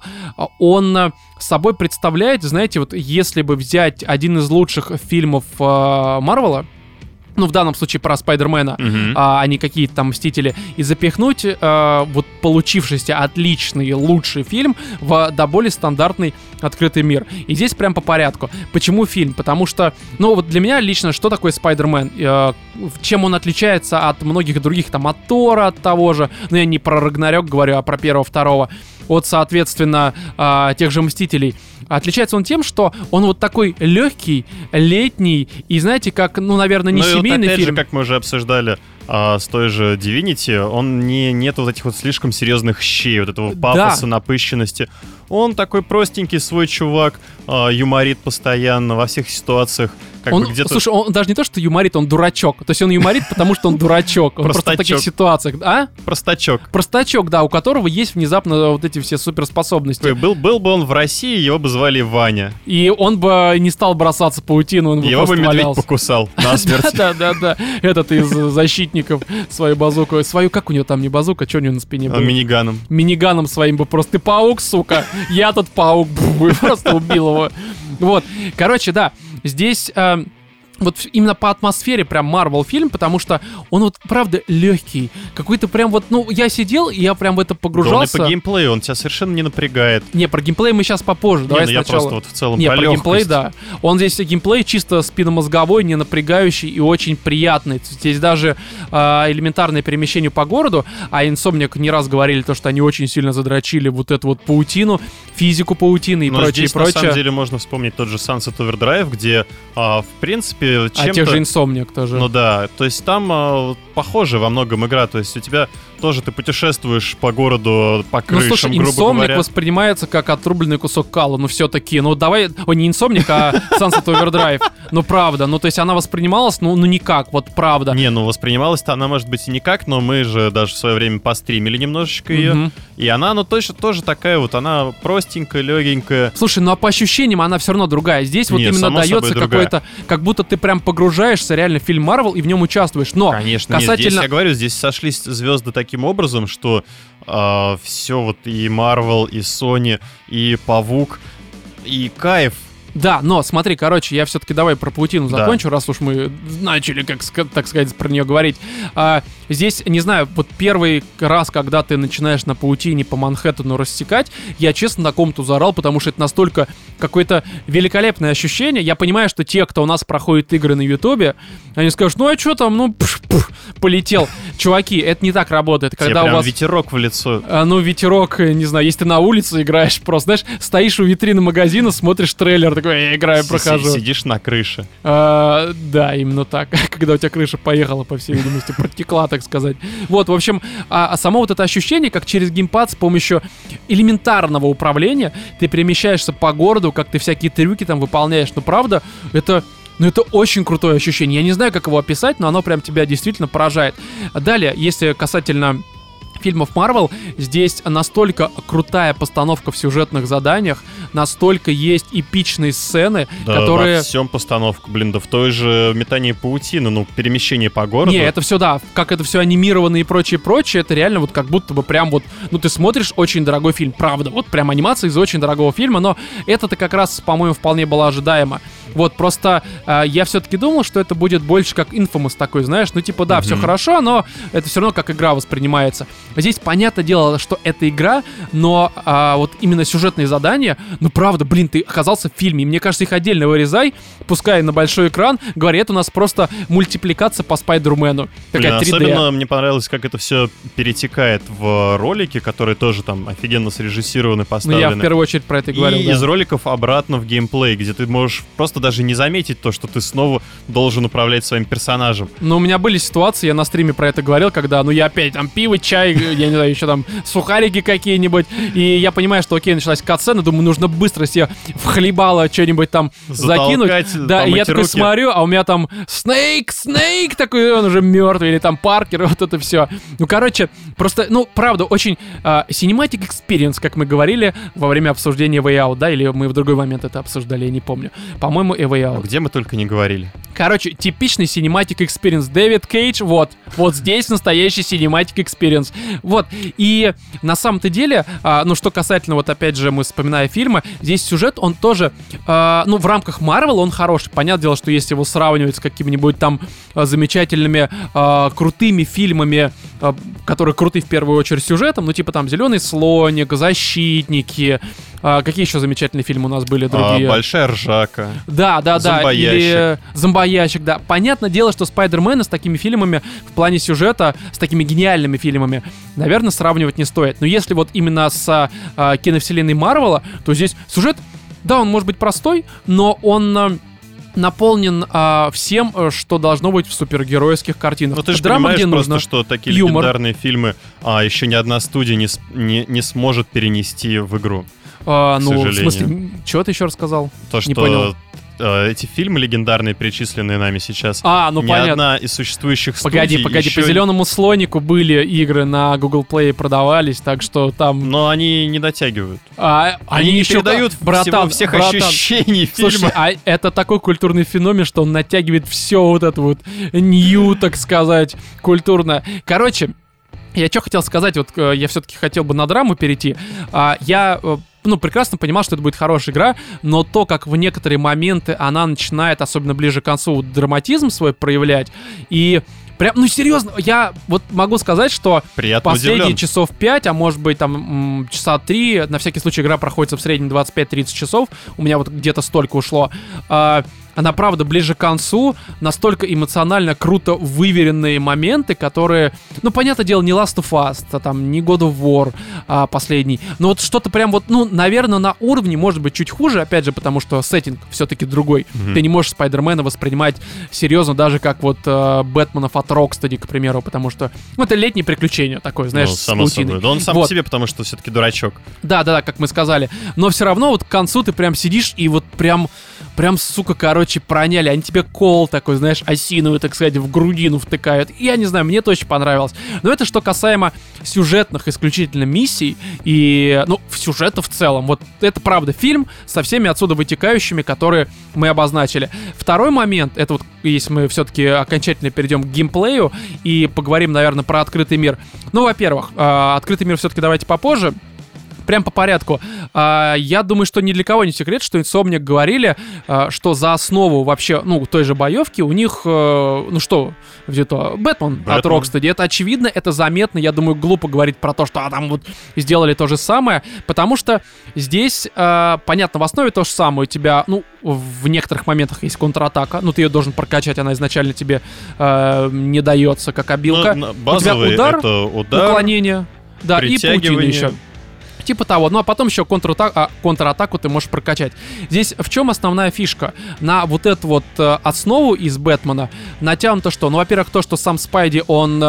он э, собой представляет, знаете, вот если бы взять один из лучших фильмов э, Марвела, ну, в данном случае про Спайдермена, Угу. а, а не какие-то там Мстители, и запихнуть а, вот получившийся отличный, лучший фильм в до более стандартный открытый мир. И здесь прям по порядку. Почему фильм? Потому что, ну, вот для меня лично, что такое Спайдермен? А, чем он отличается от многих других, там, от Тора, от того же, ну, я не про Рагнарёк говорю, а про первого, второго, от, соответственно, а, тех же Мстителей. Отличается он тем, что он вот такой легкий, летний, и знаете, как, ну, наверное, не ну, семейный вот опять фильм. же, как мы уже обсуждали а, с той же Divinity, он не, нет вот этих вот слишком серьезных щей, вот этого пафоса, Да. напыщенности. Он такой простенький свой чувак, а, юморит постоянно во всех ситуациях. Как Он, бы где-то... слушай, он даже не то, что юморит, он дурачок. То есть он юморит, потому что он дурачок. Он просто в таких Простачок. ситуациях. А? Простачок. Простачок, да, у которого есть внезапно вот эти все суперспособности. Был, был бы он в России, его бы звали Ваня. И он бы не стал бросаться в паутину, он бы Его бы просто медведь валялся. покусал насмерть. Да-да-да, этот из защитников свою базуку. Свою, как у него там, не базука, что у него на спине было? Он миниганом. Миниганом своим бы просто. Ты паук, сука. Я тут паук. Бу, и просто убил его. Вот. Короче, да. Здесь... э, Вот именно по атмосфере прям Marvel фильм, потому что он вот правда легкий, какой-то прям вот, ну я сидел и я прям в это Да он и погружался. по геймплею, он тебя совершенно не напрягает. Не, про геймплей мы сейчас попозже, Не, давай ну я сначала. просто вот в целом Не, про про геймплей, легкость. да. Он здесь геймплей чисто спинномозговой, не напрягающий и очень приятный. Здесь даже э, элементарное перемещение по городу, а Insomniac не раз говорили то, что они очень сильно задрочили вот эту вот паутину, физику паутины и Но прочее, здесь, прочее. на самом деле, можно вспомнить тот же Sunset Overdrive, где, а, в принципе, чем-то... А тех же Insomniac тоже. Ну да, то есть там а, похоже во многом игра, то есть у тебя тоже ты путешествуешь по городу, по Ну, крышам, слушай, грубо Insomniac говоря. воспринимается как отрубленный кусок кала, ну все-таки, ну давай, о, не Insomniac, а Sunset Overdrive, ну правда, ну то есть она воспринималась, ну, ну никак, вот правда. Не, ну воспринималась-то она, может быть, и никак, но мы же даже в свое время постримили немножечко ее, Мгм. и она, ну точно тоже такая вот, она простенькая, легенькая. Слушай, ну а по ощущениям она все равно другая. Здесь вот Не, именно само собой дается другая. какой-то, как будто ты прям погружаешься реально в фильм Марвел и в нем участвуешь. Но Конечно, нет, касательно... здесь, я говорю, здесь сошлись звезды таким образом, что все вот и Marvel, и Sony, и Павук, и кайф. Да, но смотри, короче, я все-таки давай про паутину Да. закончу, раз уж мы начали, как ска- так сказать, про нее говорить. А, здесь, не знаю, вот первый раз, когда ты начинаешь на паутине по Манхэттену рассекать, я честно на ком-то заорал, потому что это настолько какое-то великолепное ощущение. Я понимаю, что те, кто у нас проходит игры на Ютубе, они скажут, ну а что там, ну пш, пш, полетел. Чуваки, это не так работает. Тебе Когда прям у вас... ветерок в лицо. А, ну, ветерок, э, не знаю, если ты на улице играешь, просто, знаешь, стоишь у витрины магазина, смотришь трейлер, такой, я играю, Си- прохожу. Сидишь на крыше. А, да, именно так. Когда у тебя крыша поехала, по всей видимости, протекла, так сказать. Вот, в общем, а, а само вот это ощущение, как через геймпад с помощью элементарного управления ты перемещаешься по городу, как ты всякие трюки там выполняешь. Ну, правда, это... Ну, это очень крутое ощущение. Я не знаю, как его описать, но оно прям тебя действительно поражает. Далее, если касательно фильмов Marvel, здесь настолько крутая постановка в сюжетных заданиях, настолько есть эпичные сцены, да, которые... во всем постановка, блин, да в той же метании паутины, ну, перемещение по городу. Не, это все, да, как это все анимировано и прочее, прочее, это реально вот как будто бы прям вот, ну, ты смотришь очень дорогой фильм, правда, вот прям анимация из очень дорогого фильма, но это-то как раз, по-моему, вполне было ожидаемо. Вот, просто э, я все-таки думал, что это будет больше как Infamous такой, знаешь, ну, типа, да, mm-hmm. все хорошо, но это все равно как игра воспринимается. Здесь, понятное дело, что это игра, но а, вот именно сюжетные задания, ну, правда, блин, ты оказался в фильме, и мне кажется, их отдельно вырезай, пускай на большой экран, говори, это у нас просто мультипликация по Спайдермену. Такая блин, три дэ. Особенно мне понравилось, как это все перетекает в ролики, которые тоже там офигенно срежиссированы, поставлены. Ну, я в первую очередь про это и говорил, И да. из роликов обратно в геймплей, где ты можешь просто даже не заметить то, что ты снова должен управлять своим персонажем. Ну, у меня были ситуации, я на стриме про это говорил, когда, ну, я опять там пиво, чай, я не знаю, еще там сухарики какие-нибудь, и я понимаю, что, окей, началась катсцена, думаю, нужно быстро себе в хлебало что-нибудь там Затолкать, закинуть. Да, и я такой руки. смотрю, а у меня там Снейк, Снейк такой, он уже мертвый, или там Паркер, вот это все. Ну, короче, просто, ну, правда, очень uh, cinematic experience, как мы говорили во время обсуждения Way Out, да, или мы в другой момент это обсуждали, я не помню. По-моему, и Way Out. А где мы только не говорили. Короче, типичный cinematic experience. Дэвид Кейдж, вот, вот здесь настоящий cinematic experience. Вот, и на самом-то деле, а, ну, что касательно, вот опять же, мы вспоминаем фильмы, здесь сюжет, он тоже, а, ну, в рамках Marvel он хороший. Понятное дело, что если его сравнивать с какими-нибудь там а, замечательными, а, крутыми фильмами, а, которые круты в первую очередь сюжетом, ну, типа там «Зеленый слоник», «Защитники», а, какие еще замечательные фильмы у нас были другие? А, «Большая ржака». Да, да, да. «Зомбоящик». Или «Зомбоящик», да. Понятное дело, что Спайдермена с такими фильмами в плане сюжета, с такими гениальными фильмами, наверное, сравнивать не стоит. Но если вот именно с а, киновселенной Марвела, то здесь сюжет, да, он может быть простой, но он... А, наполнен а, всем, что должно быть в супергеройских картинах. Ну ты же драма, понимаешь где просто, нужно, что такие юмор. Легендарные фильмы а, еще ни одна студия не, не, не сможет перенести в игру. А, к ну, сожалению. в смысле, что ты еще рассказал? То, не что понял. э, эти фильмы легендарные, перечисленные нами сейчас, А, ну ни понятно. одна из существующих Погоди, студий погоди, еще... по «Зеленому слонику» были игры на Google Play, продавались, так что там... Но они не дотягивают. А, Они, не еще передают как- братан, всего, всех братан. ощущений фильма. Слушай, а это такой культурный феномен, что он натягивает все вот это вот нью, так сказать, культурно. Короче, я что хотел сказать, вот э, я все-таки хотел бы на драму перейти. А, я, э, ну, прекрасно понимал, что это будет хорошая игра, но то, как в некоторые моменты она начинает, особенно ближе к концу, драматизм свой проявлять, и прям, ну, серьезно, я вот могу сказать, что Приятно последние удивлен. часов пять, а может быть там м, часа три, на всякий случай игра проходится в среднем двадцать пять тридцать часов, у меня вот где-то столько ушло, а, она, правда, ближе к концу, настолько эмоционально круто выверенные моменты, которые, ну, понятное дело, не Last of Us, а там не God of War а, последний, но вот что-то прям вот, ну, наверное, на уровне, может быть, чуть хуже, опять же, потому что сеттинг все-таки другой. Мгм. Ты не можешь Спайдермена воспринимать серьезно, даже как вот э, Бэтменов от Rocksteady, к примеру, потому что, ну, это летнее приключение такое, знаешь, Ну, с само паутиной. собой. Да он сам Вот. по себе, потому что все-таки дурачок. Да, да, да, как мы сказали. Но все равно вот к концу ты прям сидишь и вот прям, прям, сука, короче, проняли. Они тебе кол такой, знаешь, осиновый, так сказать, в грудину втыкают. И я не знаю, мне это очень понравилось. Но это что касаемо сюжетных исключительно миссий и, ну, сюжета в целом. Вот это правда фильм со всеми отсюда вытекающими, которые мы обозначили. Второй момент, это вот если мы все-таки окончательно перейдем к геймплею и поговорим, наверное, про открытый мир. Ну, во-первых, э, открытый мир все-таки давайте попозже. Прям по порядку. А, я думаю, что ни для кого не секрет, что Insomniac говорили, а, что за основу вообще, ну, той же боевки у них, а, ну что, где-то Бэтмен от Бэтмен. Rocksteady. Это очевидно, это заметно. Я думаю, глупо говорить про то, что а, там вот сделали то же самое, потому что здесь, а, понятно, в основе то же самое. У тебя, ну, в некоторых моментах есть контратака, ну, ты ее должен прокачать, она изначально тебе а, не дается, как обилка. Ну, У тебя базовый удар, это удар, уклонение, да, и паутина притягивание. еще. Типа того. Ну а потом еще контратаку, а, контратаку ты можешь прокачать. Здесь в чем основная фишка? На вот эту вот э, основу из Бэтмена натянуто что? Ну, во-первых, то, что сам Спайди, он э,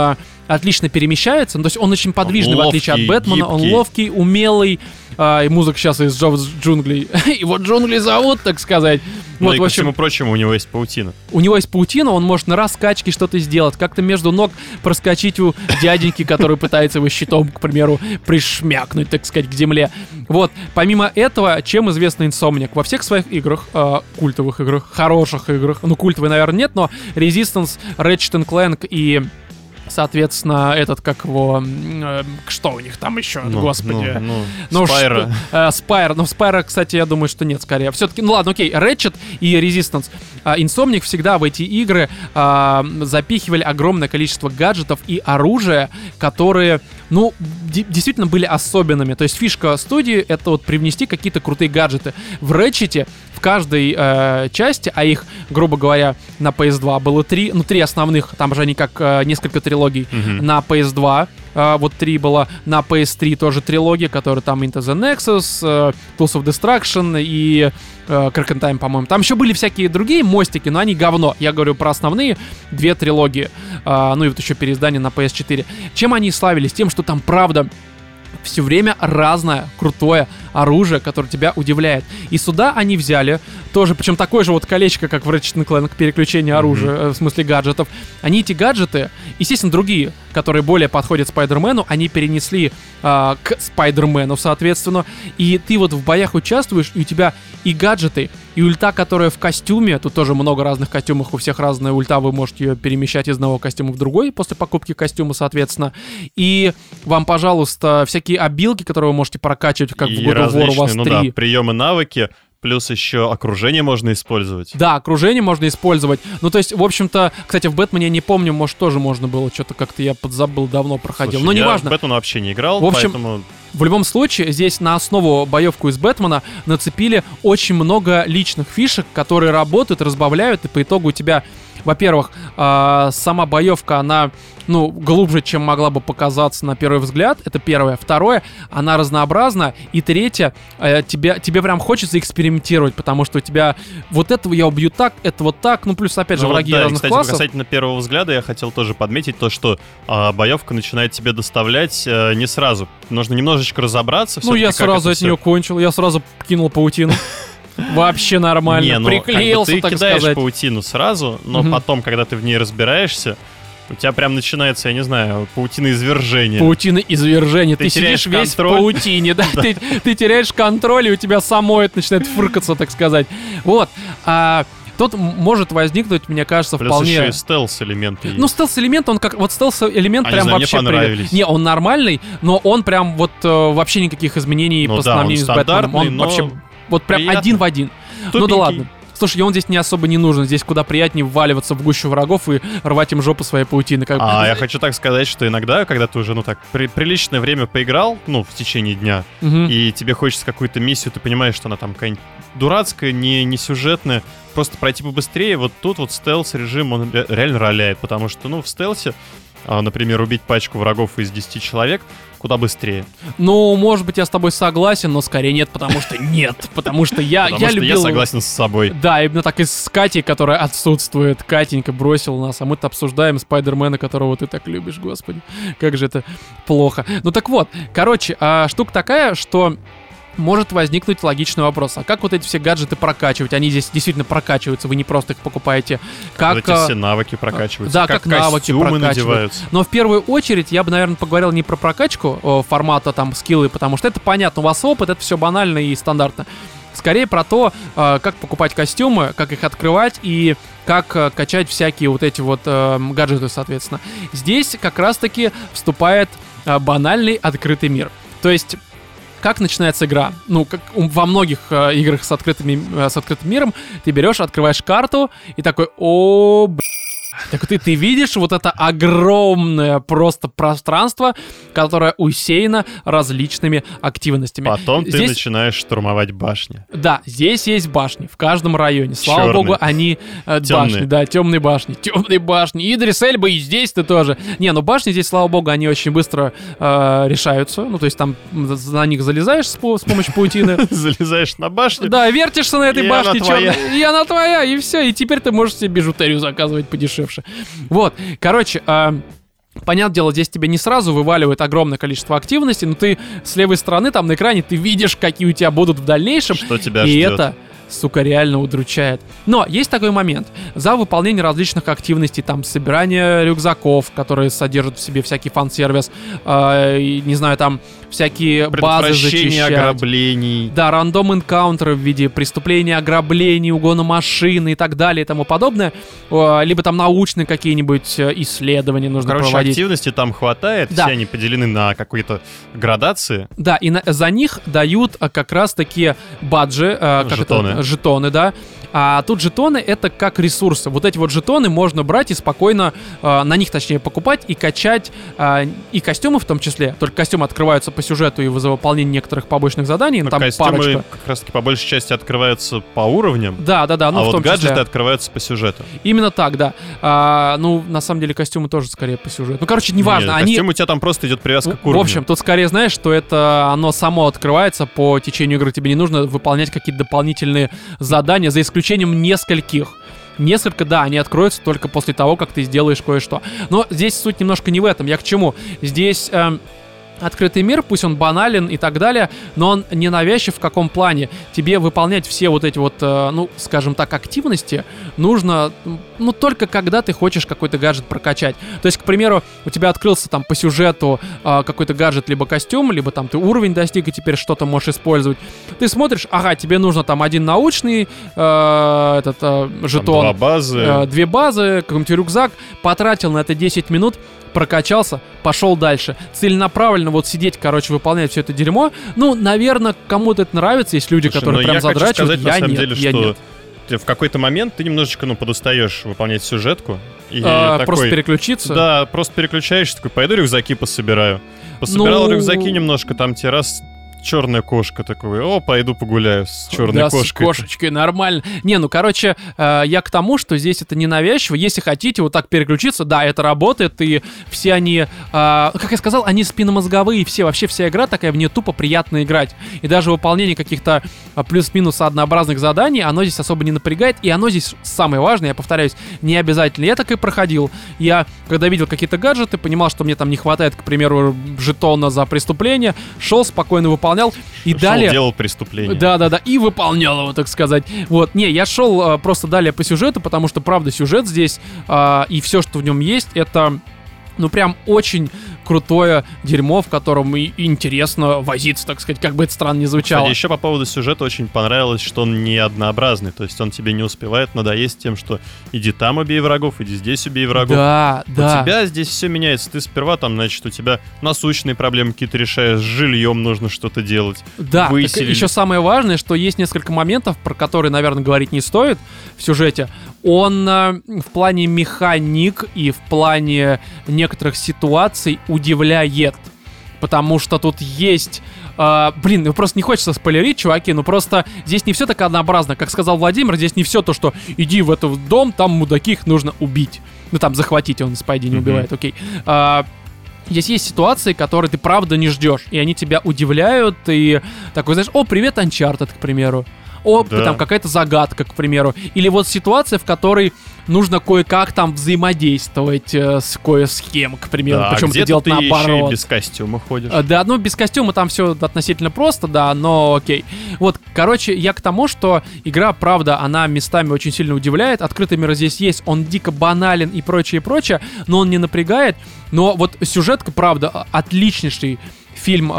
отлично перемещается, ну, то есть он очень подвижный, Ловкий, в отличие от Бэтмена, гибкий. он ловкий, умелый, а, и музыка сейчас из джунглей. Его джунгли зовут, так сказать. Ну Вот, и в ко общем, всему прочему у него есть паутина. у него есть паутина, он может на раскачке что-то сделать, как-то между ног проскочить у дяденьки, который пытается его щитом, к примеру, пришмякнуть, так сказать, к земле. Вот, помимо этого, чем известна Insomniac? Во всех своих играх, э, культовых играх, хороших играх, ну, культовые, наверное, нет, но Resistance, Ratchet энд Clank и... Соответственно, этот, как его... Э, что у них там еще? Ну, Господи. Ну, Ну, ну, Спайра. что- э, Spyro. Ну, Spyro, кстати, я думаю, что нет, скорее. Все-таки, ну ладно, окей, Ratchet и Resistance. А, Insomniac всегда в эти игры а, запихивали огромное количество гаджетов и оружия, которые, ну, де- действительно были особенными. То есть фишка студии — это вот привнести какие-то крутые гаджеты. В Ratchet в каждой э, части, а их, грубо говоря, на пи эс два было три, ну, три основных, там же они как э, несколько трилогий. Мгм. На пи эс два э, вот три было, на пи эс три тоже трилогия, которая там Into the Nexus, э, Tools of Destruction и э, Crack in Time, по-моему. Там еще были всякие другие мостики, но они говно. Я говорю про основные две трилогии. Э, ну и вот еще переиздание на пи эс четыре. Чем они славились? Тем, что там, правда, все время разное, крутое оружие, которое тебя удивляет. И сюда они взяли тоже, причем такое же вот колечко, как в Ratchet энд Clank, переключение оружия, э, в смысле гаджетов. Они эти гаджеты, естественно, другие, которые более подходят Спайдермену, они перенесли э, к Спайдермену, соответственно. И ты вот в боях участвуешь, и у тебя и гаджеты, и ульта, которая в костюме, тут тоже много разных костюмов, у всех разная ульта, вы можете ее перемещать из одного костюма в другой после покупки костюма, соответственно. И вам, пожалуйста, всякие обилки, которые вы можете прокачивать, как И в God of War у вас различные, ну три. да, приемы, навыки, плюс еще окружение можно использовать. Да, окружение можно использовать. Ну, то есть, в общем-то, кстати, в Бэтмене я не помню, может, тоже можно было. Что-то как-то я подзабыл, давно проходил. Слушай, Но я неважно. в Бэтмена вообще не играл, В общем, поэтому... В любом случае, здесь на основу боевку из Бэтмена нацепили очень много личных фишек, которые работают, разбавляют, и по итогу у тебя, во-первых, э, сама боевка, она, ну, глубже, чем могла бы показаться на первый взгляд, это первое. Второе, она разнообразна, и третье, э, тебе, тебе прям хочется экспериментировать, потому что у тебя вот этого я убью так, это вот так, ну, плюс, опять же, Ну, враги вот, да, и, разных кстати, классов. касательно первого взгляда, я хотел тоже подметить то, что а, боевка начинает тебе доставлять э, не сразу. Нужно немножечко разобраться. Ну, я всё-таки, как сразу это от всё. нее кончил, я сразу кинул паутину. Вообще нормально, Не, ну, как бы приклеился, ты так кидаешь сказать. паутину сразу, но Мгм. потом, когда ты в ней разбираешься, у тебя прям начинается, я не знаю, паутина извержения. Паутина извержения. Ты, Ты сидишь теряешь весь контроль. в паутине, да? Ты, ты теряешь контроль, и у тебя само это начинает фыркаться, так сказать. Вот. А, тут м- может возникнуть, мне кажется, Плюс вполне... еще и стелс-элементы есть. Ну, стелс-элемент, он как... Вот стелс-элемент А, не прям знаю, мне вообще... привет. понравились. Не, он нормальный, но он прям вот э, вообще никаких изменений Ну по да, он сравнению с Бэтменом. стандартный, Он но вообще вот прям приятно. один в один. Ну да Тупенький. ладно. Слушай, и он здесь не особо не нужен. Здесь куда приятнее вваливаться в гущу врагов и рвать им жопу своей паутины. Как бы. А я хочу так сказать, что иногда, когда ты уже, ну так, при- приличное время поиграл, ну, в течение дня, Мгм. и тебе хочется какую-то миссию, ты понимаешь, что она там какая-нибудь дурацкая, не, не сюжетная, просто пройти побыстрее, вот тут вот стелс-режим, он ре- реально роляет, потому что, ну, в стелсе, а, например, убить пачку врагов из десяти человек куда быстрее. Ну, может быть, я с тобой согласен, но скорее нет, потому что нет. Потому что я, Потому я что любил... я согласен с собой. Да, именно так и с Катей, которая отсутствует. Катенька бросила нас, а мы-то обсуждаем Спайдермена, которого ты так любишь, господи. Как же это плохо. Ну так вот, короче, а, штука такая, что... Может возникнуть логичный вопрос. А как вот эти все гаджеты прокачивать? Они здесь действительно прокачиваются, вы не просто их покупаете. Как, Вот эти а, все навыки прокачиваются. да, как навыки костюмы прокачивают. надеваются. Но в первую очередь я бы, наверное, поговорил не про прокачку о, формата там скиллы, потому что это понятно, у вас опыт, это все банально и стандартно. Скорее про то, э, как покупать костюмы, как их открывать и как э, качать всякие вот эти вот э, гаджеты, соответственно. Здесь как раз-таки вступает э, банальный открытый мир. То есть... Как начинается игра? Ну, как у- во многих э, играх с, открытыми, э, с открытым миром, ты берешь, открываешь карту и такой, о, б***ь. Так вот, ты, ты видишь вот это огромное просто пространство, которое усеяно различными активностями. Потом ты Здесь- начинаешь штурмовать башни. Да, здесь есть башни в каждом районе. Слава Чёрные. богу, они э, Тёмные. башни, да, темные башни, темные башни. Идрис Эльба и здесь ты тоже. Не, ну башни здесь, слава богу, они очень быстро э, решаются. Ну, то есть там м, на них залезаешь с, по- с помощью паутины. Залезаешь на башню. Да, вертишься на этой И башне она твоя. чёрной, и она твоя, и все, и теперь ты можешь себе бижутерию заказывать подешевше. Вот, короче, а, Понятное дело, здесь тебе не сразу вываливают огромное количество активности, но ты с левой стороны там на экране, ты видишь, какие у тебя будут в дальнейшем. Что тебя и ждет. это, сука, реально удручает. Но есть такой момент. За выполнение различных активностей, там, собирание рюкзаков, которые содержат в себе всякий фан-сервис, э, и, не знаю, там, всякие базы Предотвращение зачищать. ограблений. Да, рандом энкаунтеры в виде преступления, ограблений, угона машины и так далее и тому подобное. Э, либо там научные какие-нибудь э, исследования нужно Короче, проводить. активности там хватает, Да. все они поделены на какие-то градации. Да, и на- за них дают а, как раз такие баджи, а, как Жетоны. это, жетоны, да. А тут жетоны это как ресурсы. Вот эти вот жетоны можно брать и спокойно а, на них, точнее, покупать и качать а, и костюмы в том числе. Только костюмы открываются по сюжету и за выполнение некоторых побочных заданий. Но там костюмы парочка. как раз таки по большей части открываются по уровням, Да, да, да. Ну, а в вот том гаджеты числе. открываются по сюжету. Именно так, да. А, ну, на самом деле, костюмы тоже скорее по сюжету. Ну, короче, неважно. Нет, Они... костюм у тебя там просто идет привязка к В уровню. общем, тут скорее знаешь, что это оно само открывается по течению игры. Тебе не нужно выполнять какие-то дополнительные задания, за исключением нескольких. Несколько, да, они откроются только после того, как ты сделаешь кое-что. Но здесь суть немножко не в этом. Я к чему? Здесь... эм, открытый мир, пусть он банален и так далее, но он не навязчив в каком плане. Тебе выполнять все вот эти вот, э, ну, скажем так, активности нужно, ну, только когда ты хочешь какой-то гаджет прокачать. То есть, к примеру, у тебя открылся там по сюжету э, какой-то гаджет, либо костюм, либо там ты уровень достиг и теперь что-то можешь использовать. Ты смотришь, ага, тебе нужно там один научный э, этот э, жетон, Там два базы. э, две базы, какой-нибудь рюкзак, потратил на это десять минут, прокачался, пошел дальше. Целенаправленно вот сидеть, короче, выполнять все это дерьмо. Ну, наверное, кому-то это нравится, есть люди, Слушай, которые ну, прям я хочу задрачивают. сказать, на Я самом нет, деле, я что нет. ты в какой-то момент ты немножечко, ну, подустаешь выполнять сюжетку. И А, такой, просто переключиться. Да, просто переключаешься, такой, пойду рюкзаки пособираю. Пособирал Ну- рюкзаки немножко, там тебе раз черная кошка такой, о, пойду погуляю с черной Да, кошкой. с кошечкой, нормально. Не, ну, короче, э, я к тому, что здесь это не навязчиво. Если хотите вот так переключиться, да, это работает, и все они, э, как я сказал, они спинномозговые, все, вообще вся игра такая, в нее тупо приятно играть. И даже выполнение каких-то а, плюс-минус однообразных заданий, оно здесь особо не напрягает, и оно здесь самое важное, я повторяюсь, не обязательно. Я так и проходил. Я, когда видел какие-то гаджеты, понимал, что мне там не хватает, к примеру, жетона за преступление, шел, спокойно выполнял, и Шел, далее... делал преступление. Да-да-да, и выполнял его, так сказать. Вот, не, я шел а, просто далее по сюжету, потому что, правда, сюжет здесь а, и все, что в нем есть, это, ну, прям очень крутое дерьмо, в котором и интересно возиться, так сказать, как бы это странно ни звучало. Кстати, еще по поводу сюжета очень понравилось, что он не однообразный, то есть он тебе не успевает надоесть тем, что иди там убей врагов, иди здесь убей врагов. Да, да. У тебя здесь все меняется. Ты сперва там, значит, у тебя насущные проблемы какие-то решаешь, с жильем нужно что-то делать. Да, Выселили. еще самое важное, что есть несколько моментов, про которые, наверное, говорить не стоит в сюжете. Он э, в плане механик и в плане некоторых ситуаций удивляет. Потому что тут есть... э, блин, ну просто не хочется спойлерить, чуваки, но просто здесь не все так однообразно. Как сказал Владимир, здесь не все то, что иди в этот дом, там мудаки, их нужно убить. Ну там захватить, он Спайди не Мгм. убивает, окей. Э, Здесь есть ситуации, которые ты правда не ждешь, и они тебя удивляют, и такой, знаешь, о, привет, Uncharted, к примеру. О, Да. там какая-то загадка, к примеру. Или вот ситуация, в которой нужно кое-как там взаимодействовать э, с кое с кем, к примеру. Да, Причем это где-то делать ты еще и наоборот. без костюма ходишь. Э, Да, ну без костюма там все относительно просто, да, но окей. Вот, короче, я к тому, что игра, правда, она местами очень сильно удивляет. Открытый мир здесь есть, он дико банален и прочее, и прочее, но он не напрягает. Но вот сюжетка, правда, отличнейший фильм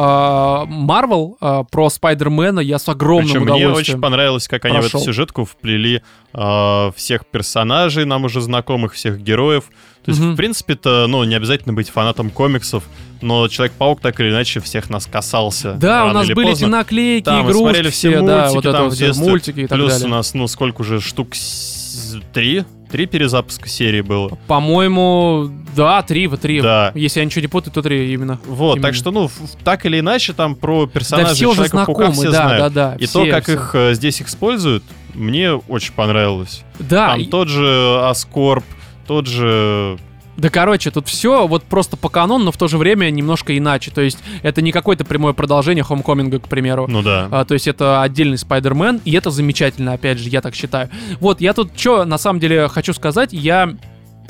Марвел э, про Спайдермена я с огромным Причем мне удовольствием. очень понравилось, как они в прошел. эту сюжетку вплели э, всех персонажей, нам уже знакомых, всех героев. То есть, Мгм. в принципе-то, ну, не обязательно быть фанатом комиксов, но Человек-паук так или иначе всех нас касался. Да, рано у нас или были поздно. эти наклейки, Да, мы игрушки, смотрели все все, мультики, да, вот это там вот в все, детстве. мультики и так Плюс далее. у нас, ну, сколько уже штук с- три? Три перезапуска серии было. По-моему, да, три, вот три. Да. Если я ничего не путаю, то три именно. Вот, Именно. так что, ну, в- так или иначе, там про Да персонажей все уже Человека-паука знакомы, все да, знают. да, да. И все, то, как все. их э, здесь используют, мне очень понравилось. Да, Там и- тот же Аскорб, тот же... да, короче, тут все вот просто по канону, но в то же время немножко иначе. То есть это не какое-то прямое продолжение Хоумкоминга, к примеру. Ну да. А, то есть это отдельный Спайдермен, и это замечательно, опять же, я так считаю. Вот, я тут что, на самом деле, хочу сказать, я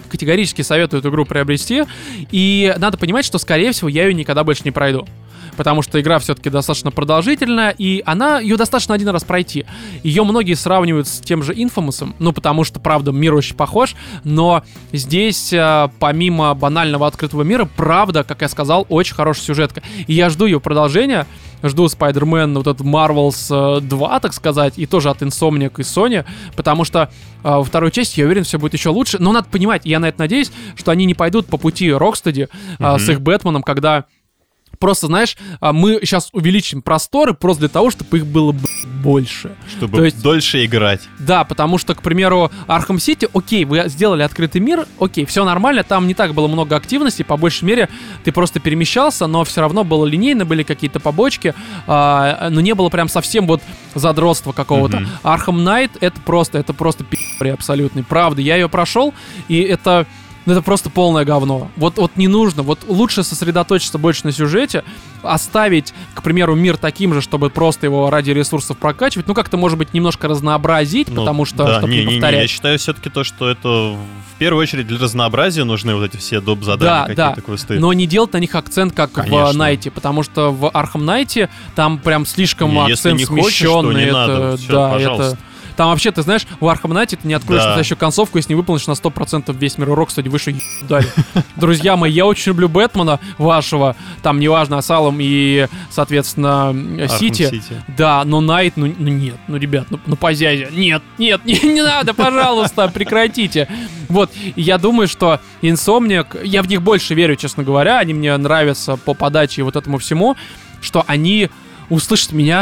категорически советую эту игру приобрести. И надо понимать, что, скорее всего, я ее никогда больше не пройду. Потому что игра все-таки достаточно продолжительная, и она, ее достаточно один раз пройти. Ее многие сравнивают с тем же Infamous, ну, потому что, правда, мир очень похож, но здесь, помимо банального открытого мира, правда, как я сказал, очень хорошая сюжетка. И я жду ее продолжения, жду Spider-Man, вот этот Marvels два, так сказать, и тоже от Insomniac и Sony, потому что э, во второй части, я уверен, все будет еще лучше. Но надо понимать, я на это надеюсь, что они не пойдут по пути Rocksteady э, mm-hmm. с их Бэтменом, когда просто, знаешь, мы сейчас увеличим просторы просто для того, чтобы их было больше. Чтобы То есть, дольше играть. Да, потому что, к примеру, Arkham City, окей, вы сделали открытый мир, окей, все нормально, там не так было много активности, по большей мере ты просто перемещался, но все равно было линейно, были какие-то побочки, а, но не было прям совсем вот задротства какого-то. Mm-hmm. Arkham Knight это просто, это просто пи***ри абсолютный. Правда, я ее прошел, и это... Ну, это просто полное говно. Вот, вот не нужно. Вот лучше сосредоточиться больше на сюжете, оставить, к примеру, мир таким же, чтобы просто его ради ресурсов прокачивать. Ну, как-то, может быть, немножко разнообразить, ну, потому что, да, чтобы не, не, не повторять. Не, я считаю все-таки то, что это в первую очередь для разнообразия нужны вот эти все доп. Задания, да, какие-то да. квесты. Но не делать на них акцент, как Конечно. в Найте, потому что в Arkham Knight там прям слишком не, акцент смещенный. Хочешь, то не это, надо. Все, да, пожалуйста. это... Там вообще, ты знаешь, в Arkham Knight ты не откроешь да. настоящую концовку, если не выполнишь на сто процентов весь мир урок, кстати, выше дали. Друзья мои, я очень люблю Бэтмена вашего, там неважно, Асалом и, соответственно, Сити. Да, но Найт, ну, ну нет, ну, ребят, ну, ну позязя. Нет, нет, не, не надо, пожалуйста, прекратите. Вот, и я думаю, что Insomniac, я в них больше верю, честно говоря, они мне нравятся по подаче и вот этому всему, что они услышат меня.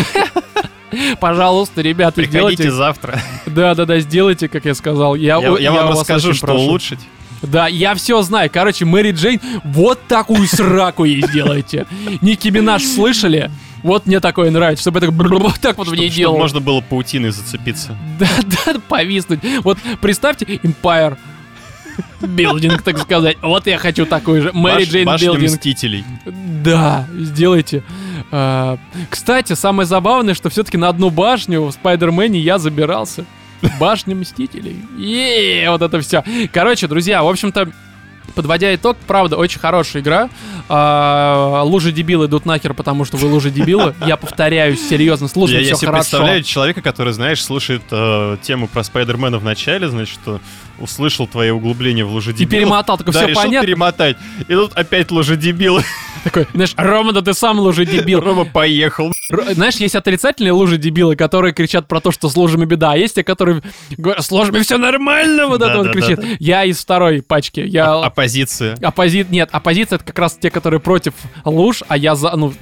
Пожалуйста, ребята, приходите сделайте... завтра. Да-да-да, сделайте, как я сказал. Я, я, я, я вам вас расскажу, что прошу. улучшить. Да, я все знаю. Короче, Мэри Джейн, вот такую сраку ей сделайте. Ники Минаж слышали? Вот мне такое нравится, чтобы это вот так вот в ней делал. Чтобы можно было паутиной зацепиться. Да-да, повиснуть. Вот представьте, Empire Building, так сказать. Вот я хочу такой же. Мэри Джейн Building. Мстителей. Да, сделайте. А, кстати, самое забавное, что все-таки на одну башню в Спайдермене я забирался. Башня Мстителей. Е-е-е, вот это все. Короче, друзья, в общем-то, подводя итог, правда, очень хорошая игра. А, лужи-дебилы идут нахер, потому что вы лужи-дебилы. Я повторяюсь, серьезно, с лужами все хорошо. Я себе хорошо. представляю человека, который, знаешь, слушает э, тему про Спайдермена в начале, значит, что услышал твои углубления в лужи-дебилов. И перемотал, только да, все решил понятно. перемотать. И тут опять лужи-дебилы. Такой, знаешь, Рома, да ты сам лужи-дебил. Рома поехал. Р- знаешь, есть отрицательные лужи-дебилы, которые кричат про то, что с лужами беда, а есть те, которые говорят, с ложами все нормально, вот да, это да, вот кричит. Да, да. Я из второй пачки. Я... А- оппозиция. Оппози... Нет, оппозиция — это как раз те, которые против луж, а я за... Ну,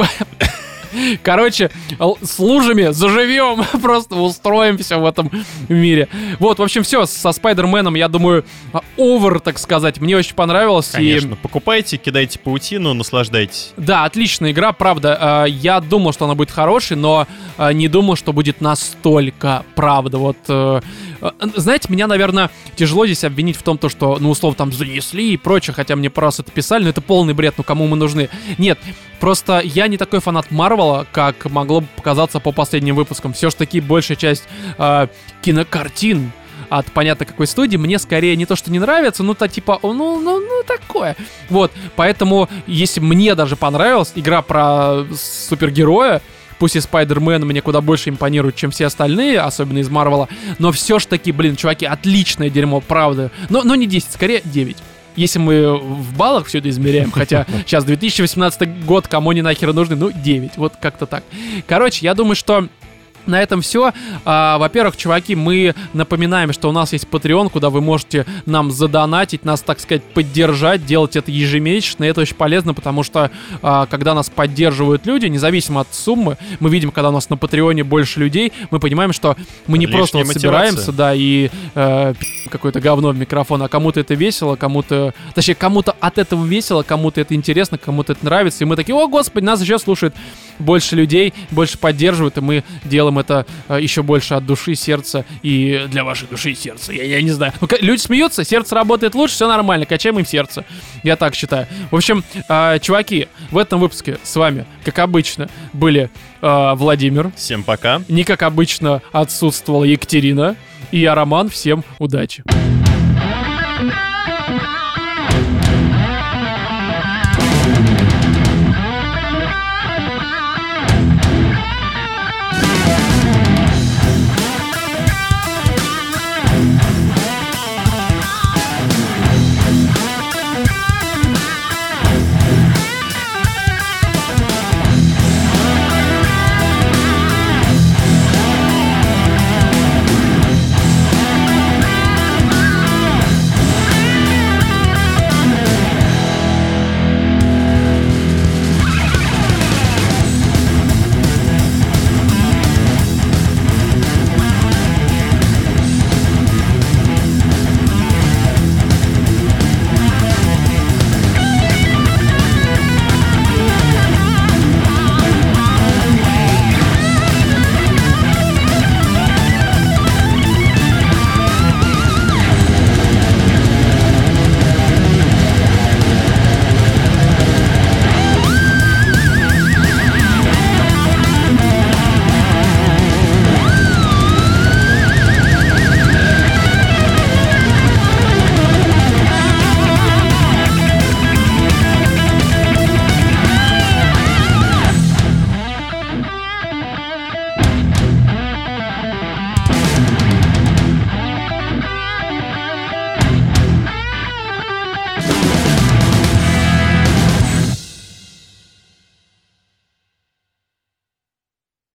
короче, с лужами заживем, просто устроим все в этом мире. Вот, в общем, все, со Спайдерменом, я думаю, овер, так сказать, мне очень понравилось. Конечно, и... покупайте, кидайте паутину, наслаждайтесь. Да, отличная игра, правда. Я думал, что она будет хорошей, но не думал, что будет настолько, правда. Вот, знаете, меня, наверное, тяжело здесь обвинить в том, что, ну, условно, там, занесли и прочее, хотя мне про раз это писали, но это полный бред, ну, кому мы нужны? Нет, просто я не такой фанат Марвела, как могло бы показаться по последним выпускам. Все ж таки большая часть э, кинокартин от понятно какой студии мне скорее не то, что не нравится, ну, то типа, ну, ну, ну, такое. Вот, поэтому, если мне даже понравилась игра про супергероя, пусть и Спайдермен мне куда больше импонирует, чем все остальные, особенно из Марвела, но все ж таки, блин, чуваки, отличное дерьмо, правда. Но, но не десять, скорее девять. Если мы в баллах все это измеряем, хотя сейчас две тысячи восемнадцатый год, кому они нахер нужны, ну, девять, вот как-то так. Короче, я думаю, что на этом все. А, во-первых, чуваки, мы напоминаем, что у нас есть Patreon, куда вы можете нам задонатить, нас, так сказать, поддержать, делать это ежемесячно. И это очень полезно, потому что а, когда нас поддерживают люди, независимо от суммы, мы видим, когда у нас на Патреоне больше людей, мы понимаем, что мы не Лишняя просто вот собираемся, да, и э, какое-то говно в микрофон, а кому-то это весело, кому-то... Точнее, кому-то от этого весело, кому-то это интересно, кому-то это нравится. И мы такие, о, господи, нас еще слушает больше людей, больше поддерживают, и мы делаем это э, еще больше от души, сердца и для вашей души и сердца. Я, я не знаю. Ну, люди смеются, сердце работает лучше, все нормально, качаем им сердце. Я так считаю. В общем, э, чуваки, в этом выпуске с вами, как обычно, были э, Владимир. Всем пока. Не как обычно отсутствовала Екатерина. И я, Роман. Всем удачи.